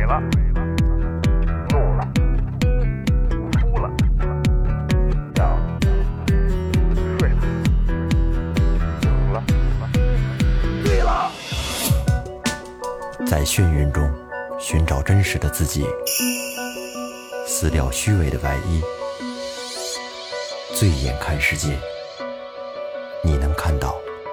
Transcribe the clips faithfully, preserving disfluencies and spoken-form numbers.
了，怒了，哭了，笑了，睡了，醒了，醉了。 在眩晕中寻找真实的自己，撕掉虚伪的外衣，醉眼看世界，你能看到。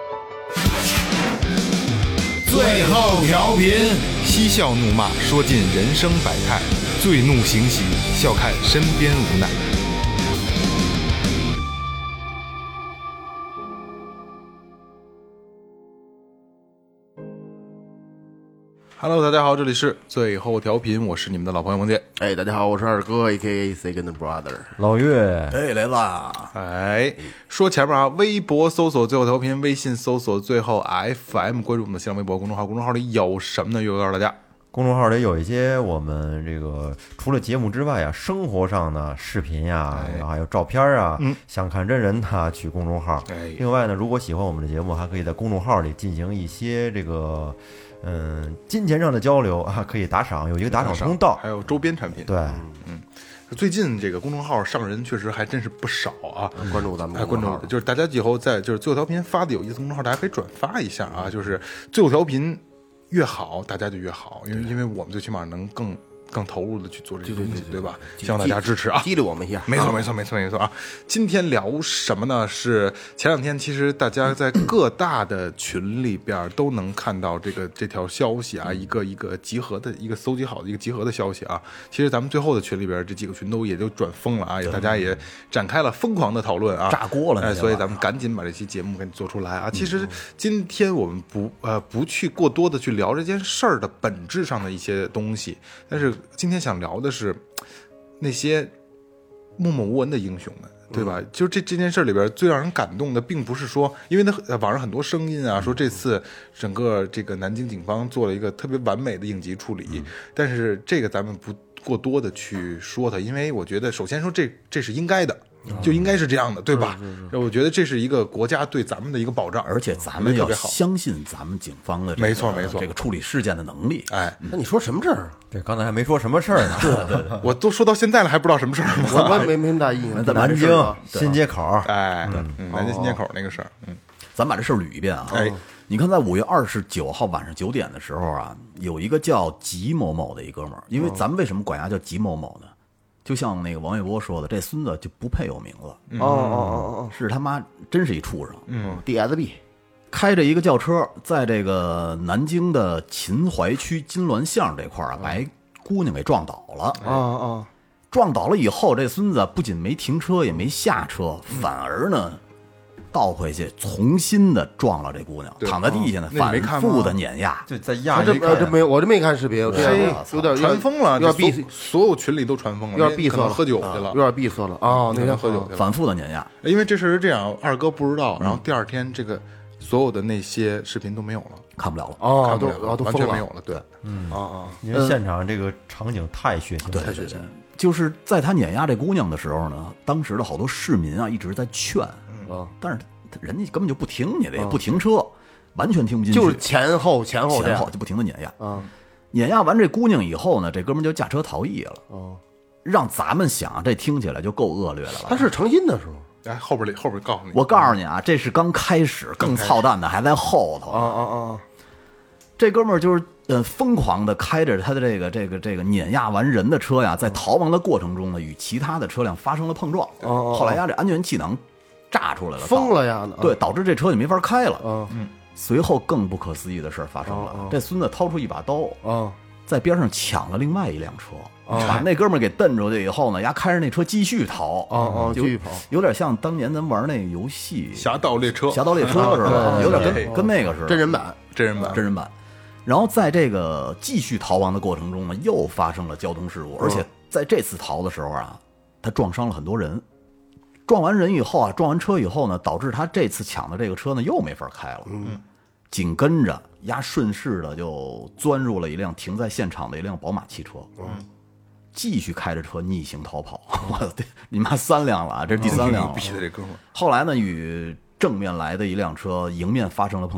最后调频，嬉笑怒骂，说尽人生百态，醉怒行喜，笑看身边无奈。Hello， 大家好，这里是最后调频，我是你们的老朋友萌姐。 哎，大家好，我是二哥 A K A Second Brother 老岳。 哎，来啦！ 哎，说前面啊，微博搜索最后调频，微信搜索最后 F M， 关注我们的新浪微博公众号，公众号里有什么呢？又告诉大家， 公众号里有一些我们这个除了节目之外啊，生活上的视频呀、 哎然后还有照片啊， 嗯想看真人他去公众号。 哎另外呢，如果喜欢我们的节目，还可以在公众号里进行一些这个嗯金钱上的交流啊，可以打赏，有一个打赏通道， 还有周边产品。 对。 最近这个公众号上人确实还真是不少啊， 关注咱们哎，关注就是大家以后在就是最后调频发的有意思公众号，大家可以转发一下啊，就是最后调频越好，大家就越好，因为因为我们最起码能更更投入的去做这些东西，对吧？希望大家支持啊， 激励我们一下。 没错，没错，没错，没错啊！今天聊什么呢？是前两天其实大家在各大的群里边都能看到这个这条消息啊，一个一个集合的一个搜集好的一个集合的消息啊。其实咱们最后的群里边这几个群都也就转疯了啊，也大家也展开了疯狂的讨论啊， 炸锅了哎，所以咱们赶紧把这期节目给你做出来啊。其实今天我们不呃不去过多的去聊这件事儿的本质上的一些东西，但是今天想聊的是那些默默无闻的英雄们，对吧？嗯、就这这件事里边最让人感动的，并不是说，因为他网上很多声音啊，说这次整个这个南京警方做了一个特别完美的应急处理，嗯、但是这个咱们不过多的去说它，因为我觉得首先说这这是应该的。就应该是这样的，对吧？我觉得这是一个国家对咱们的一个保障， 而且咱们要相信咱们警方的、这个、 没错没错这个处理事件的能力。 哎， 那你说什么事儿？ 对，刚才还没说什么事儿呢。 对对对， 我都说到现在了，还不知道什么事儿吗？ 我我没没么大意见。 在南京新街口， 哎，嗯，南京新街口那个事儿，嗯， 咱把这事儿捋一遍啊。 哎， 你看，在五月二十九号晚上九点的时候啊，有一个叫吉某某的一哥们儿，因为咱们为什么管他叫吉某某呢？就像那个王玥波说的，这孙子就不配有名字。 哦哦哦哦， 是他妈真是一畜生。 嗯 ，D S B 开着一个轿车，在这个南京的秦淮区金銮巷这块儿啊，把一姑娘给撞倒了。 啊啊！ 撞倒了以后，这孙子不仅没停车，也没下车，反而呢倒回去，重新的撞了这姑娘，躺在地下呢，反复的碾压。 就在压这这没我这没看视频，有点有点传疯了， 有点闭， 所有群里都传疯了， 有点闭塞了， 喝酒去了， 有点闭塞了啊！那天喝酒去了， 反复的碾压。 因为这事是这样，二哥不知道，然后第二天这个所有的那些视频都没有了， 看不了了， 哦， 看不了了， 都完全没有了，对， 嗯啊啊， 因为现场这个场景太血腥， 对对对，就是在他碾压这姑娘的时候呢，当时的好多市民啊一直在劝， 啊， 但是人家根本就不听你的，也不停车，完全听不进去， 就是前后前后前后就不停的碾压啊。 碾压完这姑娘以后呢，这哥们就驾车逃逸了。 哦， 让咱们想，这听起来就够恶劣的了。 他是诚心的是吗？ 哎，后边里后边告诉你， 我告诉你啊，这是刚开始，更操蛋的还在后头。 啊啊啊！ 这哥们儿就是呃疯狂的开着他的这个这个这个碾压完人的车呀，在逃亡的过程中呢，与其他的车辆发生了碰撞。 哦， 后来呀，这安全气囊炸出来了， 疯了呀！ 对，导致这车就没法开了。 嗯， 随后更不可思议的事发生了，这孙子掏出一把刀， 啊， 在边上抢了另外一辆车，把那哥们儿给蹬出去以后呢，丫开着那车继续逃， 啊啊，继续跑， 有点像当年咱玩那个游戏 《侠盗猎车》， 侠盗猎车似的，有点跟跟那个似的， 真人版， 真人版， 真人版。然后在这个继续逃亡的过程中呢，又发生了交通事故，而且在这次逃的时候啊，他撞伤了很多人。撞完人以后啊，撞完车以后呢，导致他这次抢的这个车呢又没法开了。 嗯， 紧跟着丫顺势的就钻入了一辆停在现场的一辆宝马汽车。 嗯， 继续开着车逆行逃跑。我的你妈三辆了啊，这是第三辆了。 逼的这哥们儿。 后来呢，与正面来的一辆车迎面发生了碰撞。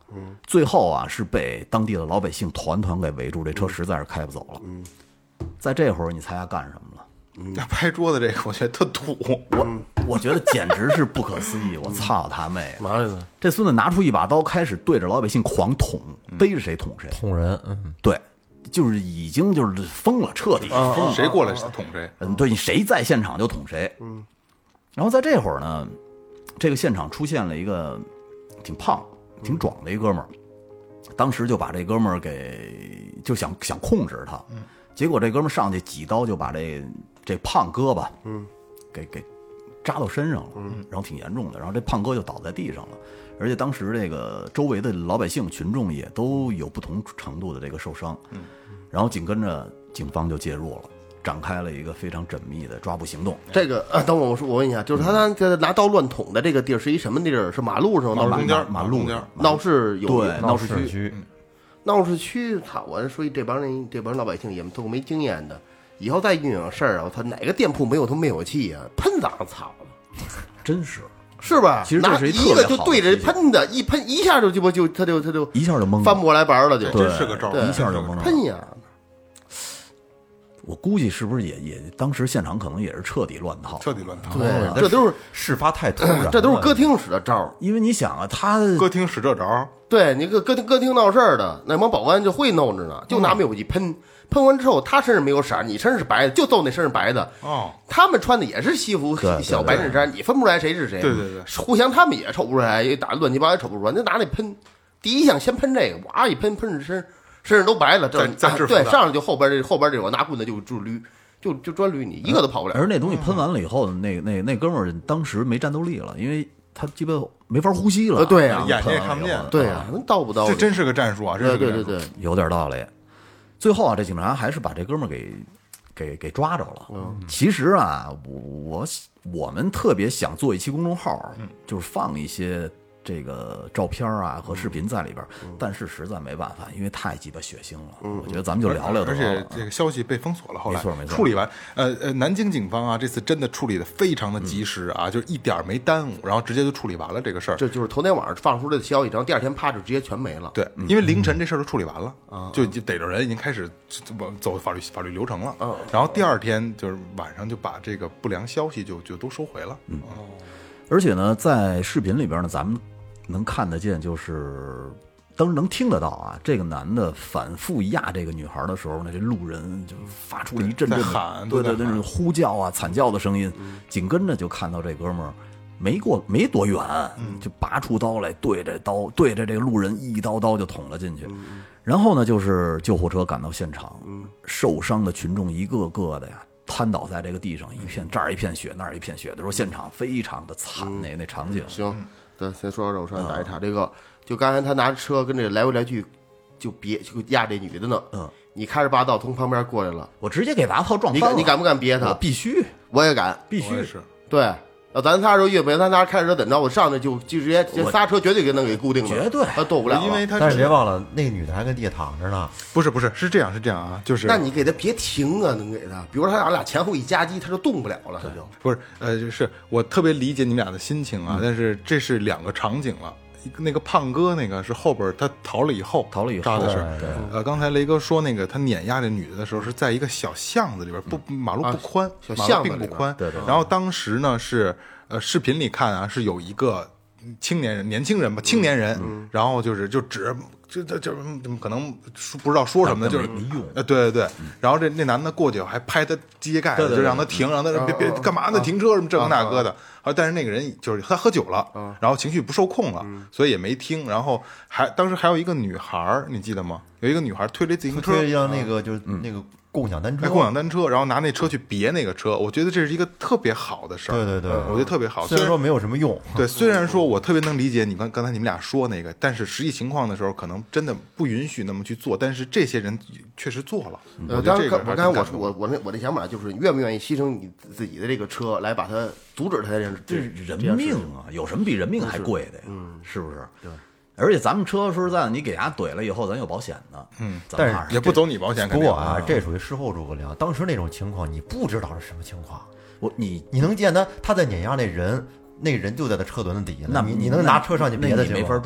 嗯，最后啊是被当地的老百姓团团给围住，这车实在是开不走了。嗯，在这会儿你猜他干什么了？ 那拍桌子这个，我觉得特土。 我我觉得简直是不可思议！我操他妹！ 嘛来呢？ 这孙子拿出一把刀，开始对着老百姓狂捅，逮着谁捅谁。 捅人，嗯， 对，就是已经就是疯了，彻底疯了。 谁过来捅谁？ 嗯，对，谁在现场就捅谁。嗯，然后在这会儿呢，这个现场出现了一个挺胖、挺壮的一哥们儿，当时就把这哥们儿给就想想控制他，结果这哥们儿上去几刀就把这这胖哥吧，嗯，给给扎到身上了，嗯，然后挺严重的，然后这胖哥就倒在地上了，而且当时这个周围的老百姓群众也都有不同程度的这个受伤，嗯，然后紧跟着警方就介入了。展开了一个非常缜密的抓捕行动。 这个啊，等我我说我问一下，就是他他这拿刀乱捅的这个地儿是一什么地儿？是马路上？ 马路闹中间， 马路中间。 闹市有对闹市区， 区， 闹市区，操！我说这帮人这帮老百姓也都没经验的，以后再遇上事儿啊，他哪个店铺没有他灭火器啊？喷咋操了？ 真是是吧？ 其实这是一拿一个特别好的就对着提醒喷的，一喷一下就鸡巴就他就他就一下就懵了翻不过来白了，就对真是个招儿， 一下就懵了。 喷呀！ 我估计是不是也也当时现场可能也是彻底乱套， 彻底乱套。 对，这都是事发太突然了， 这都是歌厅使的招儿。 因为你想啊，他歌厅使这招儿， 对你歌歌厅歌厅闹事儿的那帮保安就会弄着呢，就拿灭火器喷，喷完之后他身上没有色儿，你身上是白的，就揍那身上白的。 哦， 他们穿的也是西服对对小白衬衫，你分不出来谁是谁。 对对对， 互相他们也瞅不出来，也打乱七八糟也瞅不出来，就拿那喷，第一项先喷这个，哇一喷喷着身身上都白了，这再再制服他对上来就后边这后边这我拿棍子就就捋。就就专捋你一个都跑不了， 而那东西喷完了以后，那那那哥们儿当时没战斗力了，因为他基本没法呼吸了。 呃对呀眼睛也看不见。 对呀，能叨不叨？ 这真是个战术啊！这是个战术。 对对对对， 有点道理。最后啊，这警察还是把这哥们儿给给给抓着了。嗯，其实啊，我我我们特别想做一期公众号，就是放一些这个照片啊和视频在里边，但是实在没办法，因为太鸡巴血腥了。我觉得咱们就聊聊得而了。 且这个消息被封锁了，后来没错没错处理完，呃呃，南京警方啊，这次真的处理的非常的及时啊，就一点儿没耽误，然后直接就处理完了这个事儿。 这就是头天晚上放出这消息，然后第二天啪就直接全没了。 对，因为凌晨这事儿都处理完了，就已经逮着人，已经开始往走法律法律流程了。然后第二天就是晚上就把这个不良消息就就都收回了。哦， 而且呢，在视频里边呢，咱们能看得见，就是当时能听得到啊，这个男的反复压这个女孩的时候呢，这路人就发出了一阵阵的在喊对对对， 都在喊那种呼叫啊、惨叫的声音。紧跟着就看到这哥们儿没过没多远，就拔出刀来，对着刀对着这个路人一刀刀就捅了进去。然后呢，就是救护车赶到现场，受伤的群众一个个的呀。瘫倒在这个地上，一片这儿一片血，那儿一片血的时候，现场非常的惨，那那场景。 行，对，先说到这，我稍微打一岔。这个就刚才他拿着车跟这来回来去，就别就压这女的呢。嗯，你开着霸道从旁边过来了， 我直接给牙套撞你翻了。 敢你敢不敢别他？ 我必须我也敢， 必须我也是。 对。要咱仨时候越北，咱仨开着车怎着？我上去就就直接这刹车绝对给能给固定了， 绝对他动不了了。 因为他但是别忘了，那个女的还跟地下躺着呢。 不是不是是这样是这样啊，就是那你给他别停啊，能给他，比如说他俩前后一夹击，他就动不了了，他就不是呃，就是我特别理解你们俩的心情啊，但是这是两个场景了。那个胖哥那个是后边他逃了以后逃了以后扎的是对， 呃，刚才雷哥说那个他碾压这女的的时候是在一个小巷子里边，不马路不宽， 啊小马路巷子里边并不宽， 对对对然后当时呢是呃视频里看啊是有一个青年人年轻人吧青年人，然后就是就指就就就可能说不知道说什么的，就是没用呃对对对，然后这那男的过去还拍他机械盖子， 对对对就让他停，让他别别干嘛呢？停车什么这个那个的。啊，但是那个人就是他喝酒了，然后情绪不受控了，所以也没听。然后还当时还有一个女孩儿，你记得吗？有一个女孩推了一自行车， 推一辆那个就是那个共享单车， 哎，共享单车，然后拿那车去别那个车，我觉得这是一个特别好的事儿。 对对对我觉得特别好。 虽然说没有什么用， 对，虽然说我特别能理解你刚刚才你们俩说那个，但是实际情况的时候，可能真的不允许那么去做。但是这些人确实做了。 呃， 我觉当然得这个还我刚才我说挺感动我我那我那想法就是，你愿不愿意牺牲你自己的这个车来把它阻止他这样这是人命啊，有什么比人命还贵的呀？嗯，是不是？ 对。 而且咱们车说实在的，你给人家怼了以后，咱有保险的，嗯，咱们但也不走你保险。 不过啊，这属于事后诸葛亮。当时那种情况，你不知道是什么情况， 我你你能见他他在碾压那人，那人就在他车轮子底下， 那你你能拿车上去别的你没法撞。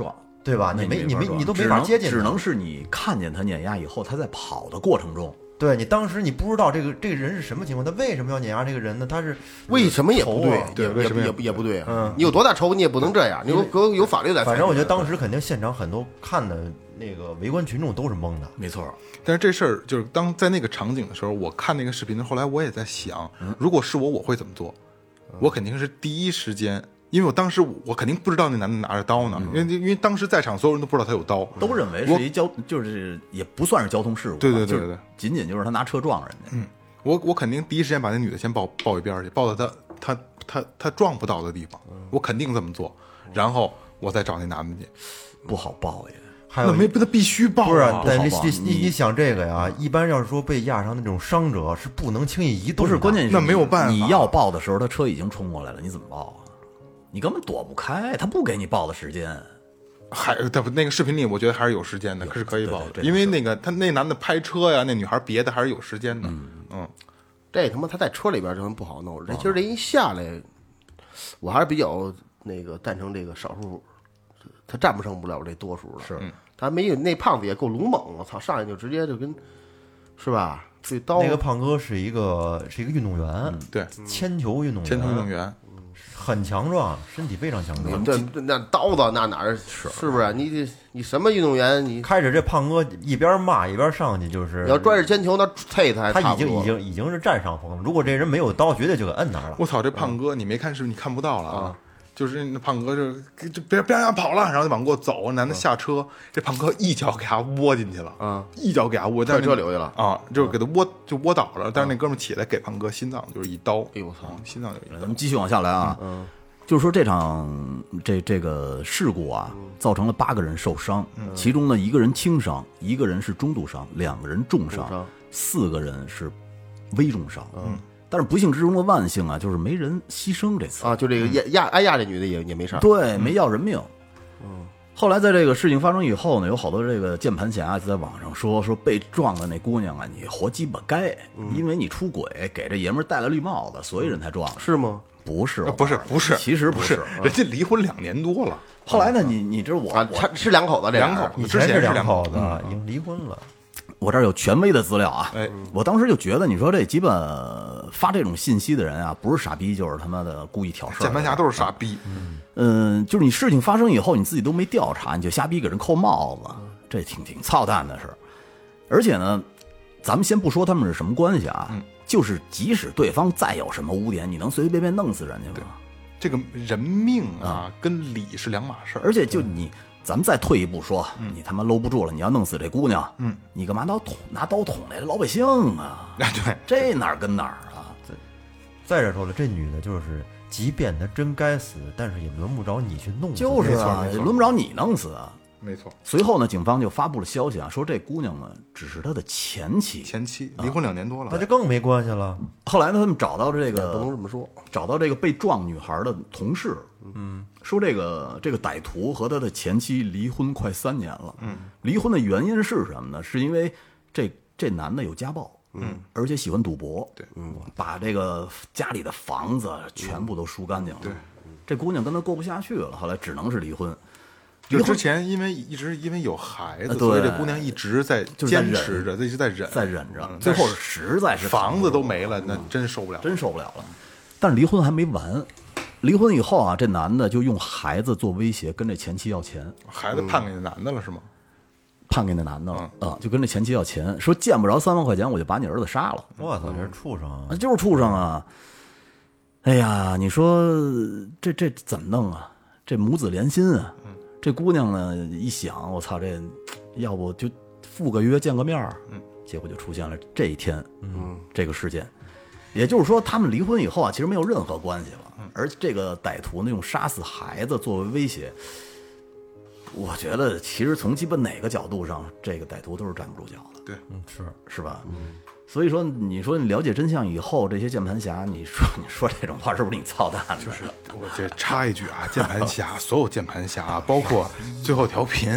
对吧？你那法撞没你没你都没只能法接近他， 只能是你看见他碾压以后，他在跑的过程中， 对你当时你不知道这个这个人是什么情况，他为什么要碾压这个人呢？他是为什么也不对仇啊， 也也对为什么也也也不对啊？ 嗯你有多大仇，你也不能这样，你有有有法律在。 反正我觉得当时肯定现场很多看的那个围观群众都是懵的。 没错， 但是这事儿就是当在那个场景的时候，我看那个视频，后来我也在想，如果是我，我会怎么做？我肯定是第一时间，因为我当时我肯定不知道那男的拿着刀呢，因为因为当时在场所有人都不知道他有刀， 都认为是一交，就是也不算是交通事故吧， 对对对就是对对仅仅就是他拿车撞人家。 嗯，我我肯定第一时间把那女的先抱抱一边去，抱到他他他他撞不到的地方，我肯定这么做，然后我再找那男的去。 不好报也。 还有那没那必须抱不是啊，！ 但你不好吧你你你想这个呀，一般要是说被压伤的那种伤者是不能轻易移动的。 不是，关键是那没有办法你要报的时候，他车已经冲过来了，你怎么报啊？你根本躲不开，他不给你报的时间。 还他不那个视频里，我觉得还是有时间的，可是可以报的， 对对因为那个他那男的拍车呀，那女孩别的还是有时间的。嗯， 这他妈他在车里边就不好弄，这其实这一下来，我还是比较那个赞成这个少数，他战不胜不了这多数的。 是他没有那胖子也够鲁猛，我操，上来就直接就跟，是吧？对刀那个胖哥是一个是一个运动员， 对， 铅球运动员， 铅球运动员， 很强壮，身体非常强壮。 这这那刀子那哪儿是是不是？你这你什么运动员？你开始这胖哥一边骂一边上去，就是你要拽着铅球，那啐他还他差不多已经已经已经是占上风了。如果这人没有刀，绝对就给摁那儿了。 我操，这胖哥你没看是不是？你看不到了啊。就是那胖哥就就别别让他跑了，然后就往过走，男的下车，这胖哥一脚给他窝进去了， 啊， 一脚给他窝， 快但是那车留下了啊，就是给他窝就窝倒了，但是那哥们儿起来给胖哥心脏就是一刀， 哎呦我操啊心脏就一刀咱们继续往下来啊，嗯，就是说这场这这个事故啊，造成了八个人受伤，其中呢一个人轻伤，一个人是中度伤，两个人重伤， 重伤四个人是危重伤。嗯，但是不幸之中的万幸啊，就是没人牺牲这次。 啊，就这个压压挨压这女的也也没事儿。 对，没要人命。嗯，后来在这个事情发生以后呢，有好多这个键盘侠就在网上说说被撞的那姑娘啊，你活鸡巴该，因为你出轨给这爷们儿戴了绿帽子，所以人才撞的。 是吗？ 不是呃，不是不是， 其实不是，人家离婚两年多了， 后来呢，你你知道我啊， 我他是两口子，这俩人两口以前是之前是两两口子口， 已经离婚了。 我这儿有权威的资料啊， 哎， 我当时就觉得，你说这鸡巴发这种信息的人啊，不是傻逼就是他妈的故意挑事儿。 键盘侠都是傻逼， 嗯，就是你事情发生以后，你自己都没调查，你就瞎逼给人扣帽子，这挺挺操蛋的事儿。而且呢，咱们先不说他们是什么关系啊，就是即使对方再有什么污点，你能随随便便弄死人家吗？ 这个人命啊跟理是两码事儿， 而且就你，咱们再退一步说，你他妈搂不住了，你要弄死这姑娘，嗯，你干嘛拿捅拿刀捅那老百姓啊？ 哎对， 这哪儿跟哪儿啊？ 再者说了，这女的就是，即便她真该死，但是也轮不着你去弄死。 就是啊， 没错没错轮不着你弄死啊。 没错， 随后呢，警方就发布了消息啊，说这姑娘呢只是他的前妻。 前妻离婚两年多了， 那就更没关系了。 后来呢，他们找到这不能个这么说。 找到这个被撞女孩的同事，嗯，说这个这个歹徒和他的前妻离婚快三年了，嗯，离婚的原因是什么呢？是因为这这男的有家暴，嗯，而且喜欢赌博， 对， 嗯，把这个家里的房子全部都输干净了， 对， 这姑娘跟他过不下去了，后来只能是离婚。 就之前因为一直因为有孩子， 呃对所以这姑娘一直在就是在忍坚持着，一直在忍， 再忍着， 嗯最后实在是房子都没了，那真受不了。 真受不了了。但是离婚还没完，离婚以后啊，这男的就用孩子做威胁，跟这前妻要钱， 孩子判给那男的了是吗？ 判给那男的了啊，就跟这前妻要钱，说见不着三万块钱，我就把你儿子杀了。 我操，这是畜生啊！ 啊，就是畜生啊！哎呀，你说这这怎么弄啊？这母子连心啊！这姑娘呢，一想，我操，这要不就赴个约见个面儿，嗯，结果就出现了这一天，嗯，这个事件。也就是说，他们离婚以后啊，其实没有任何关系了。而这个歹徒呢，用杀死孩子作为威胁，我觉得其实从基本哪个角度上，这个歹徒都是站不住脚的。 对， 嗯，是是吧？所以说，你说你了解真相以后，这些键盘侠，你说你说这种话是不是你操蛋的？ 就是我这插一句啊，键盘侠，所有键盘侠，包括最后调频，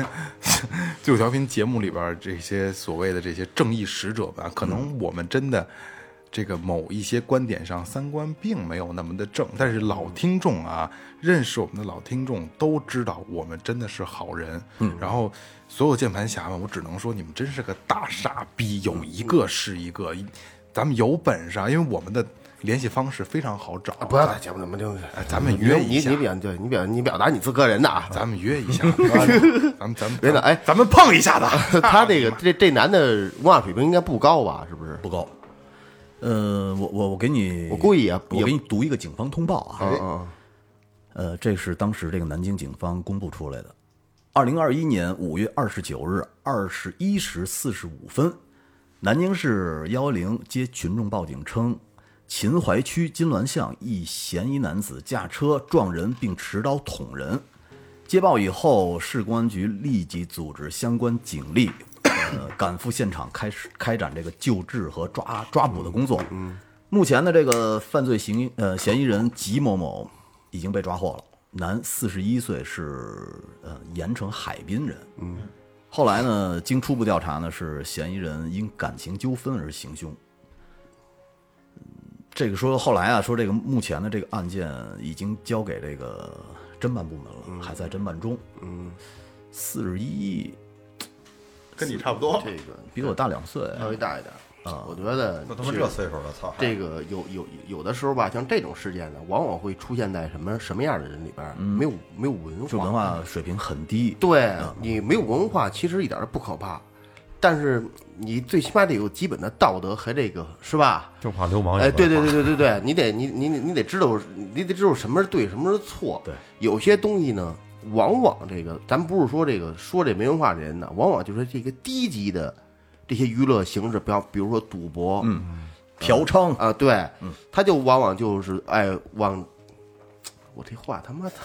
最后调频节目里边这些所谓的这些正义使者吧，可能我们真的这个某一些观点上三观并没有那么的正，但是老听众啊，认识我们的老听众都知道我们真的是好人。嗯，然后所有键盘侠们，我只能说你们真是个大傻逼，有一个是一个，咱们有本事啊，因为我们的联系方式非常好找。 不要在节目怎么就， 哎，咱们约一下， 你你表对你表你表达你自个人的啊， 咱们约一下，咱们咱们别的哎， 咱们碰一下子。 他这个这这男的文化水平应该不高吧？是不是？ 不高。呃，我我我给你， 我故意啊， 我给你读一个警方通报啊。 嗯嗯。 呃，这是当时这个南京警方公布出来的。二零二一年五月二十九日二十一时四十五分，南京市幺幺零接群众报警称，秦淮区金銮巷一嫌疑男子驾车撞人并持刀捅人。接报以后，市公安局立即组织相关警力，呃，赶赴现场开始开展这个救治和抓抓捕的工作。嗯，目前的这个犯罪嫌呃嫌疑人吉某某已经被抓获了，男，四十一岁，是呃盐城海滨人。嗯，后来呢，经初步调查呢，是嫌疑人因感情纠纷而行凶。这个说后来啊，说这个目前的这个案件已经交给这个侦办部门了，嗯、还在侦办中。嗯，四十一， 跟你差不多， 这个比我大两岁， 稍微大一点啊。我觉得那他妈这岁数了，操！ 这个有有有的时候吧，像这种事件呢，往往会出现在什么什么样的人里边？没有没有文化， 就文化水平很低。 对你没有文化，其实一点都不可怕。但是你最起码得有基本的道德和这个是吧？ 就怕流氓。 哎，对对对对对对，你得你你你得知道，你得知道什么是对，什么是错。 对， 有些东西呢，往往这个咱不是说这个说这没文化的人呢，往往就是这个低级的这些娱乐形式，比方比如说赌博， 嗯，嫖娼啊，对，嗯，他就往往就是哎往，我这话他妈的。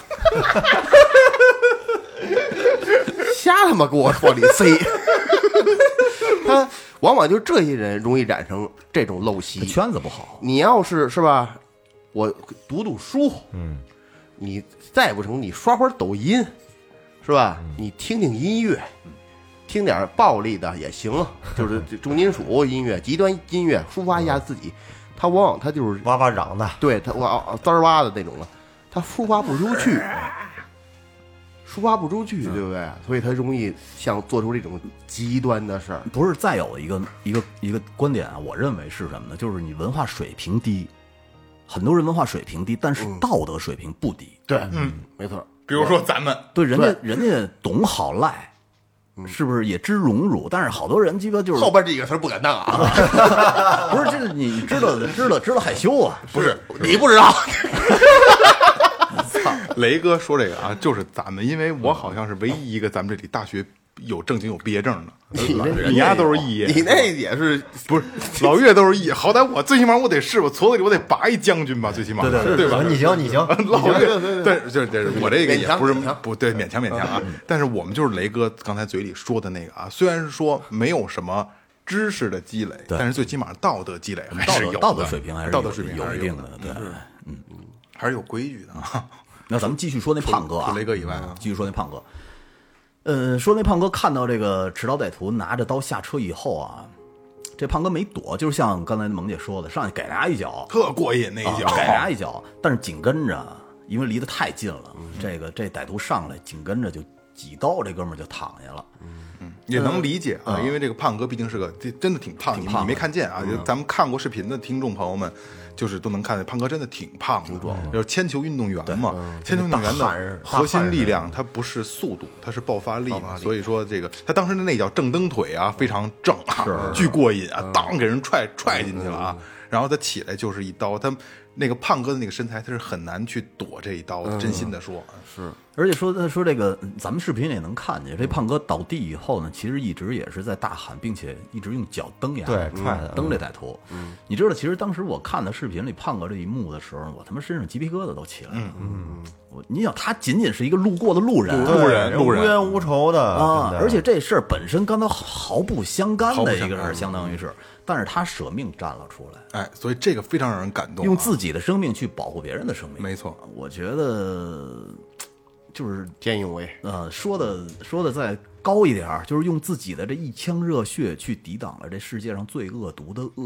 瞎他妈给我往里塞，他往往就这些人容易染成这种陋习， 圈子不好。 你要是是吧，我读读书， 嗯， 你再不成，你刷会儿抖音，是吧？你听听音乐，听点暴力的也行，就是重金属音乐、极端音乐，抒发一下自己。他往往他就是哇哇嚷的， 对他哇滋儿哇的那种了，他抒发不出去。抒发不出去，对不对？所以他容易像做出这种极端的事儿。 不是，再有一个一个一个观点啊，我认为是什么呢？就是你文化水平低，很多人文化水平低，但是道德水平不低。 对，嗯，没错。 比如说咱们， 对人家人家懂好赖，是不是也知荣辱？但是好多人鸡巴就是后边这个词儿不敢当啊， 不是这你知道知道知道害羞啊？ 不是你不知道。 雷哥说这个啊，就是咱们，因为我好像是唯一一个咱们这里大学有正经有毕业证的， 你那人家都是肄业， 你那也是不是老岳都是肄业，好歹我最起码我得是我矬子里我得拔一将军吧，最起码对对对吧？ 你行你行， 老岳，但是就是就是我这个也不是勉强不对勉强勉强啊，但是我们就是雷哥刚才嘴里说的那个啊，虽然是说没有什么知识的积累，但是最起码道德积累还是有的， 道德水平还是道德水平有一定的，对， 嗯，还是有规矩的啊。 那咱们继续说那胖哥啊， 除雷哥以外啊， 继续说那胖哥。呃，说那胖哥看到这个持刀歹徒拿着刀下车以后啊，这胖哥没躲，就是像刚才萌姐说的，上去给人家一脚， 特过瘾那一脚， 啊、给人家一脚。但是紧跟着，因为离得太近了，嗯、这个这歹徒上来，紧跟着就几刀，这哥们儿就躺下了。 嗯，也能理解啊， 嗯、 因为这个胖哥毕竟是个真的挺胖， 挺胖你你没看见啊？ 嗯、 咱们看过视频的听众朋友们。就是都能看见胖哥真的挺胖的，就是铅球运动员嘛，铅球运动员的核心力量它不是速度，它是爆发力嘛。所以说这个他当时的那脚正蹬腿啊，非常正啊，巨过瘾啊，当给人踹踹进去了啊。然后他起来就是一刀，他那个胖哥的那个身材，他是很难去躲这一刀的。真心的说， 是。 而且说说这个，咱们视频也能看见，这胖哥倒地以后呢，其实一直也是在大喊，并且一直用脚蹬呀， 对，踹他， 蹬这歹徒。嗯，你知道，其实当时我看的视频里胖哥这一幕的时候，我他妈身上鸡皮疙瘩都起来了。嗯嗯，我你想，他仅仅是一个路过的路人， 路人，路人， 无冤无仇的啊！而且这事儿本身跟他毫不相干的一个事儿，相当于是，但是他舍命站了出来。 哎，所以这个非常让人感动， 用自己的生命去保护别人的生命。 没错， 我觉得。就是见义勇为， 呃，说的说的再高一点，就是用自己的这一腔热血去抵挡了这世界上最恶毒的恶。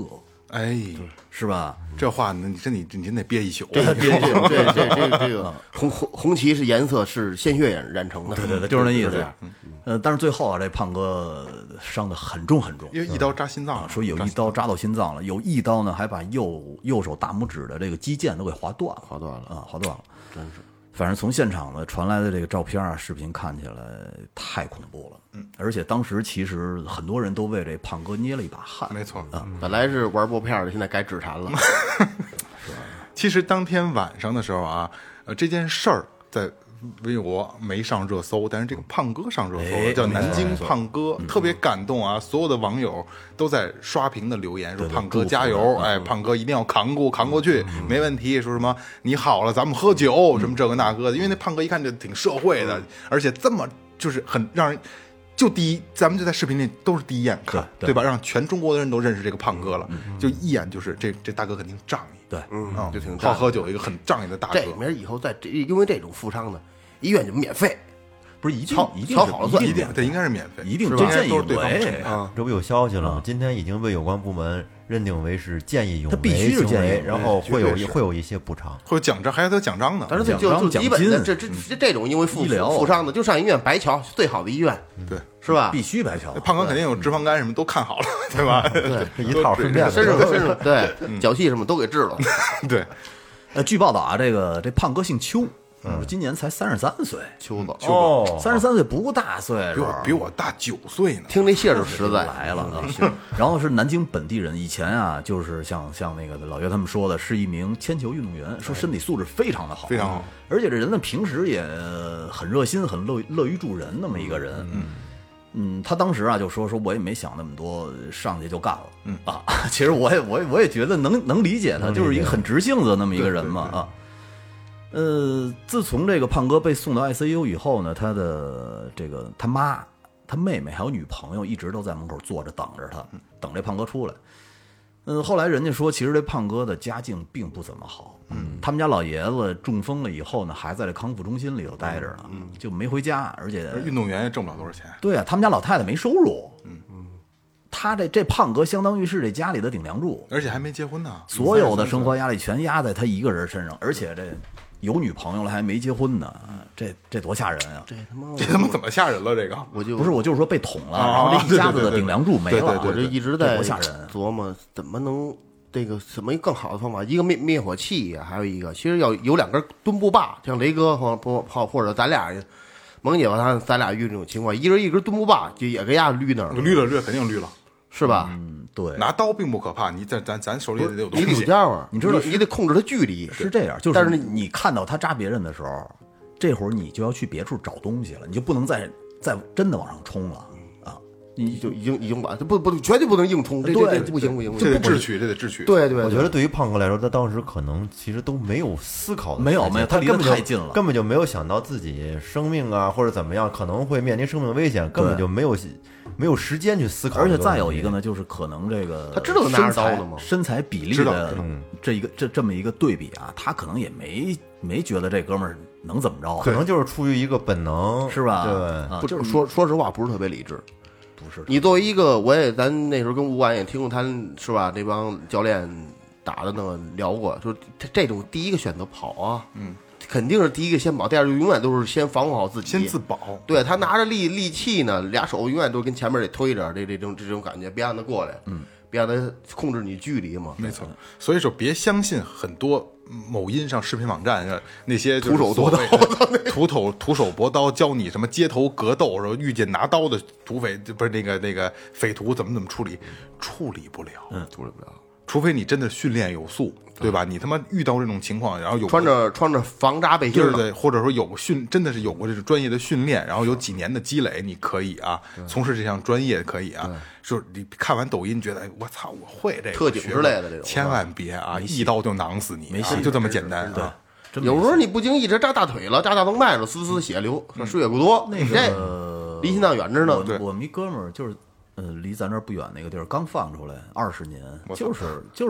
哎， 是吧？ 这话你真你你真得憋一宿。 这这这这这这这个红红红旗是颜色是鲜血染染成的， 对对对，就是那意思是这样。 呃，但是最后啊，这胖哥伤得很重很重， 因为一刀扎心脏了， 说有一刀扎到心脏了，有一刀呢还把右右手大拇指的这个肌腱都给划断了， 划断了啊，划断了， 真是。 反正从现场呢传来的这个照片啊、视频看起来太恐怖了，嗯，而且当时其实很多人都为这胖哥捏了一把汗， 没错啊， 本来是玩拨片的，现在改指弹了。 其实当天晚上的时候啊，呃，这件事儿在微博没上热搜，但是这个胖哥上热搜了， 哎叫南京胖哥，特别感动啊！所有的网友都在刷屏的留言说：“胖哥加油！哎，胖哥一定要扛过扛过去，没问题。”说什么你好了，咱们喝酒，什么这个那个的。因为那胖哥一看就挺社会的，而且这么就是很让人。就第一，咱们就在视频里都是第一眼看， 对对吧？让全中国的人都认识这个胖哥了，就一眼就是这这大哥肯定仗义， 对， 嗯啊， 就挺好喝酒，一个很仗义的大哥。 这里面以后在这因为这种负伤的医院就免费， 不是一定瞧一定是瞧好了算一定一定对，应该是免费， 一定是吧这见义都是对方勇为承担啊。 这不有消息了吗？今天已经被有关部门认定为是见义勇为他必须是行为见义勇为然后会有绝对是会有一些补偿。 会有奖章，还有得奖章呢。 但是这就奖章就基本的奖这这这这种因为负医疗负伤的就上医院白瞧，最好的医院对， 是吧？ 必须白嫖， 胖哥肯定有脂肪肝什么都看好了，对吧？ 对， 这一套顺便身上身上对嗯脚气什么都给治了。 对， 呃，据报道啊，这个这胖哥姓邱，嗯，今年才三十三岁， 秋子， 哦， 三十三岁不大岁数比我，比我大九岁呢。 听这姓儿就实在。 来了啊。然后是南京本地人，以前啊，就是像像那个老岳他们说的，是一名铅球运动员，说身体素质非常的好， 非常好， 而且这人呢平时也很热心，很乐乐于助人那么一个人。嗯嗯，他当时啊就说说我也没想那么多，上去就干了。嗯啊，其实我也我也我也觉得能能理解他，就是一个很直性子的那么一个人嘛啊。呃，自从这个胖哥被送到 I C U 以后呢，他的这个他妈、他妹妹还有女朋友一直都在门口坐着等着他，等这胖哥出来。嗯，后来人家说，其实这胖哥的家境并不怎么好。嗯，他们家老爷子中风了以后呢，还在这康复中心里头待着呢，嗯，就没回家，而且运动员也挣不了多少钱。 对啊，他们家老太太没收入。嗯嗯，他这这胖哥相当于是这家里的顶梁柱， 而且还没结婚呢， 所有的生活压力全压在他一个人身上，而且这有女朋友了还没结婚呢，这这多吓人啊！ 这他妈这他妈怎么吓人了？这个我就不是，我就是说被捅了， 啊然后这一家子对对对的顶梁柱没了。 对对对我这一直这在多吓人啊！ 琢磨怎么能这个什么更好的方法，一个灭灭火器呀，还有一个其实要有两根墩布把，像雷哥或或或或者咱俩萌姐吧，他咱俩遇这种情况，一人一根墩布把就也给丫捋那儿了， 绿了绿，肯定绿了。 是吧？ 嗯，对， 拿刀并不可怕，你咱咱咱手里得有东你得有西。 架啊， 你知道你得控制它距离。 是这样，就是但是你看到他扎别人的时候，这会儿你就要去别处找东西了，你就不能再再真的往上冲了啊！你就已经已经把不不绝对不能硬冲，这这对这不行不行，不这行得智取，这得智取。 对对， 我觉得对于胖哥来说，他当时可能其实都没有思考的时间没有没有他离得根本就太近了根本就没有想到自己生命啊或者怎么样可能会面临生命危险，根本就没有没有时间去思考。 而且再有一个呢，就是可能这个他知道他拿着刀身材呢吗身材比例知道的这一个这这么一个对比啊，他可能也没没觉得这哥们儿能怎么着啊， 可能就是出于一个本能， 是吧？ 对， 啊， 不就是说说实话不是特别理智。 不是你作为一个，我也咱那时候跟吴管也听过他是吧？这帮教练打的那个聊过，说他这种第一个选择跑啊，嗯，肯定是第一个先跑，第二就永远都是先防护好自己， 先自保。 对他拿着利利器呢，俩手永远都跟前面得推着，这这种这种感觉，别让他过来，嗯，别让他控制你距离嘛。 没错，所以说别相信很多某音上视频网站上那些就是徒手夺刀所谓的徒手徒手搏刀，教你什么街头格斗，然后遇见拿刀的土匪不是那个那个匪徒怎么怎么处理，处理不了， 嗯，处理不了。 除非你真的训练有素，对吧？你他妈遇到这种情况，然后有穿着穿着防扎背心儿的， 对对，或者说有过训，真的是有过这种专业的训练，然后有几年的积累，你可以啊，从事这项专业可以啊。就是你看完抖音觉得，哎，我操，我会这个特警之类的这种千万别啊，一刀就囊死你，啊就这么简单啊。 真没有时候你不经意这扎大腿了，扎大动脉了，丝丝血流，输血过多， 那这个离心脏远着呢。 对我我们一哥们儿就是，呃，离咱这儿不远那个地儿刚放出来二十年，就是就是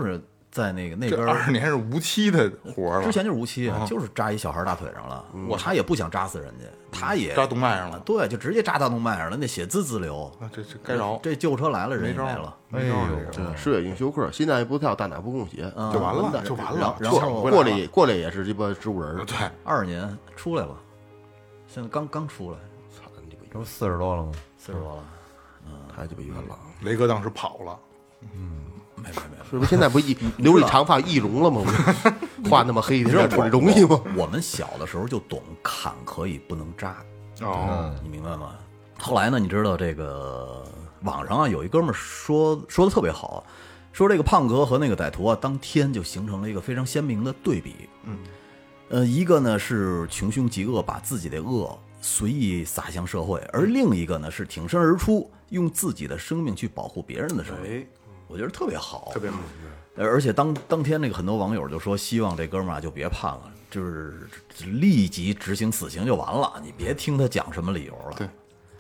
在那个那这边二十年是无期的活儿了， 之前就是无期啊，就是扎一小孩大腿上了，他也不想扎死人家，他也扎动脉上了， 对，就直接扎大动脉上了，那血滋滋流， 啊，这这该饶， 这救护车来了，人也没招没了。 哎呦， 对，失血性休克，心脏不跳，大脑不供血， 就完了， 完蛋就完了， 然然后抢回了过来也过来也是鸡巴植物人儿， 对， 二二年出来了，现在刚刚出来， 操你鸡巴这不四十多了吗？ 四十多了， 太鸡巴冤了！ 雷哥当时跑了， 没没没。 是不是现在不一留着长发易容了吗？画那么黑，你知道出来容易吗？ 我们小的时候就懂砍可以不能扎， 哦， 你明白吗？后来呢，你知道这个网上啊有一哥们儿说说的特别好，说这个胖哥和那个歹徒啊，当天就形成了一个非常鲜明的对比。嗯，呃，一个呢是穷凶极恶，把自己的恶随意撒向社会，而另一个呢是挺身而出，用自己的生命去保护别人的生命。我觉得特别好， 特别好， 而且当当天那个很多网友就说，希望这哥们儿啊就别判了，就是立即执行死刑就完了，你别听他讲什么理由了。 对，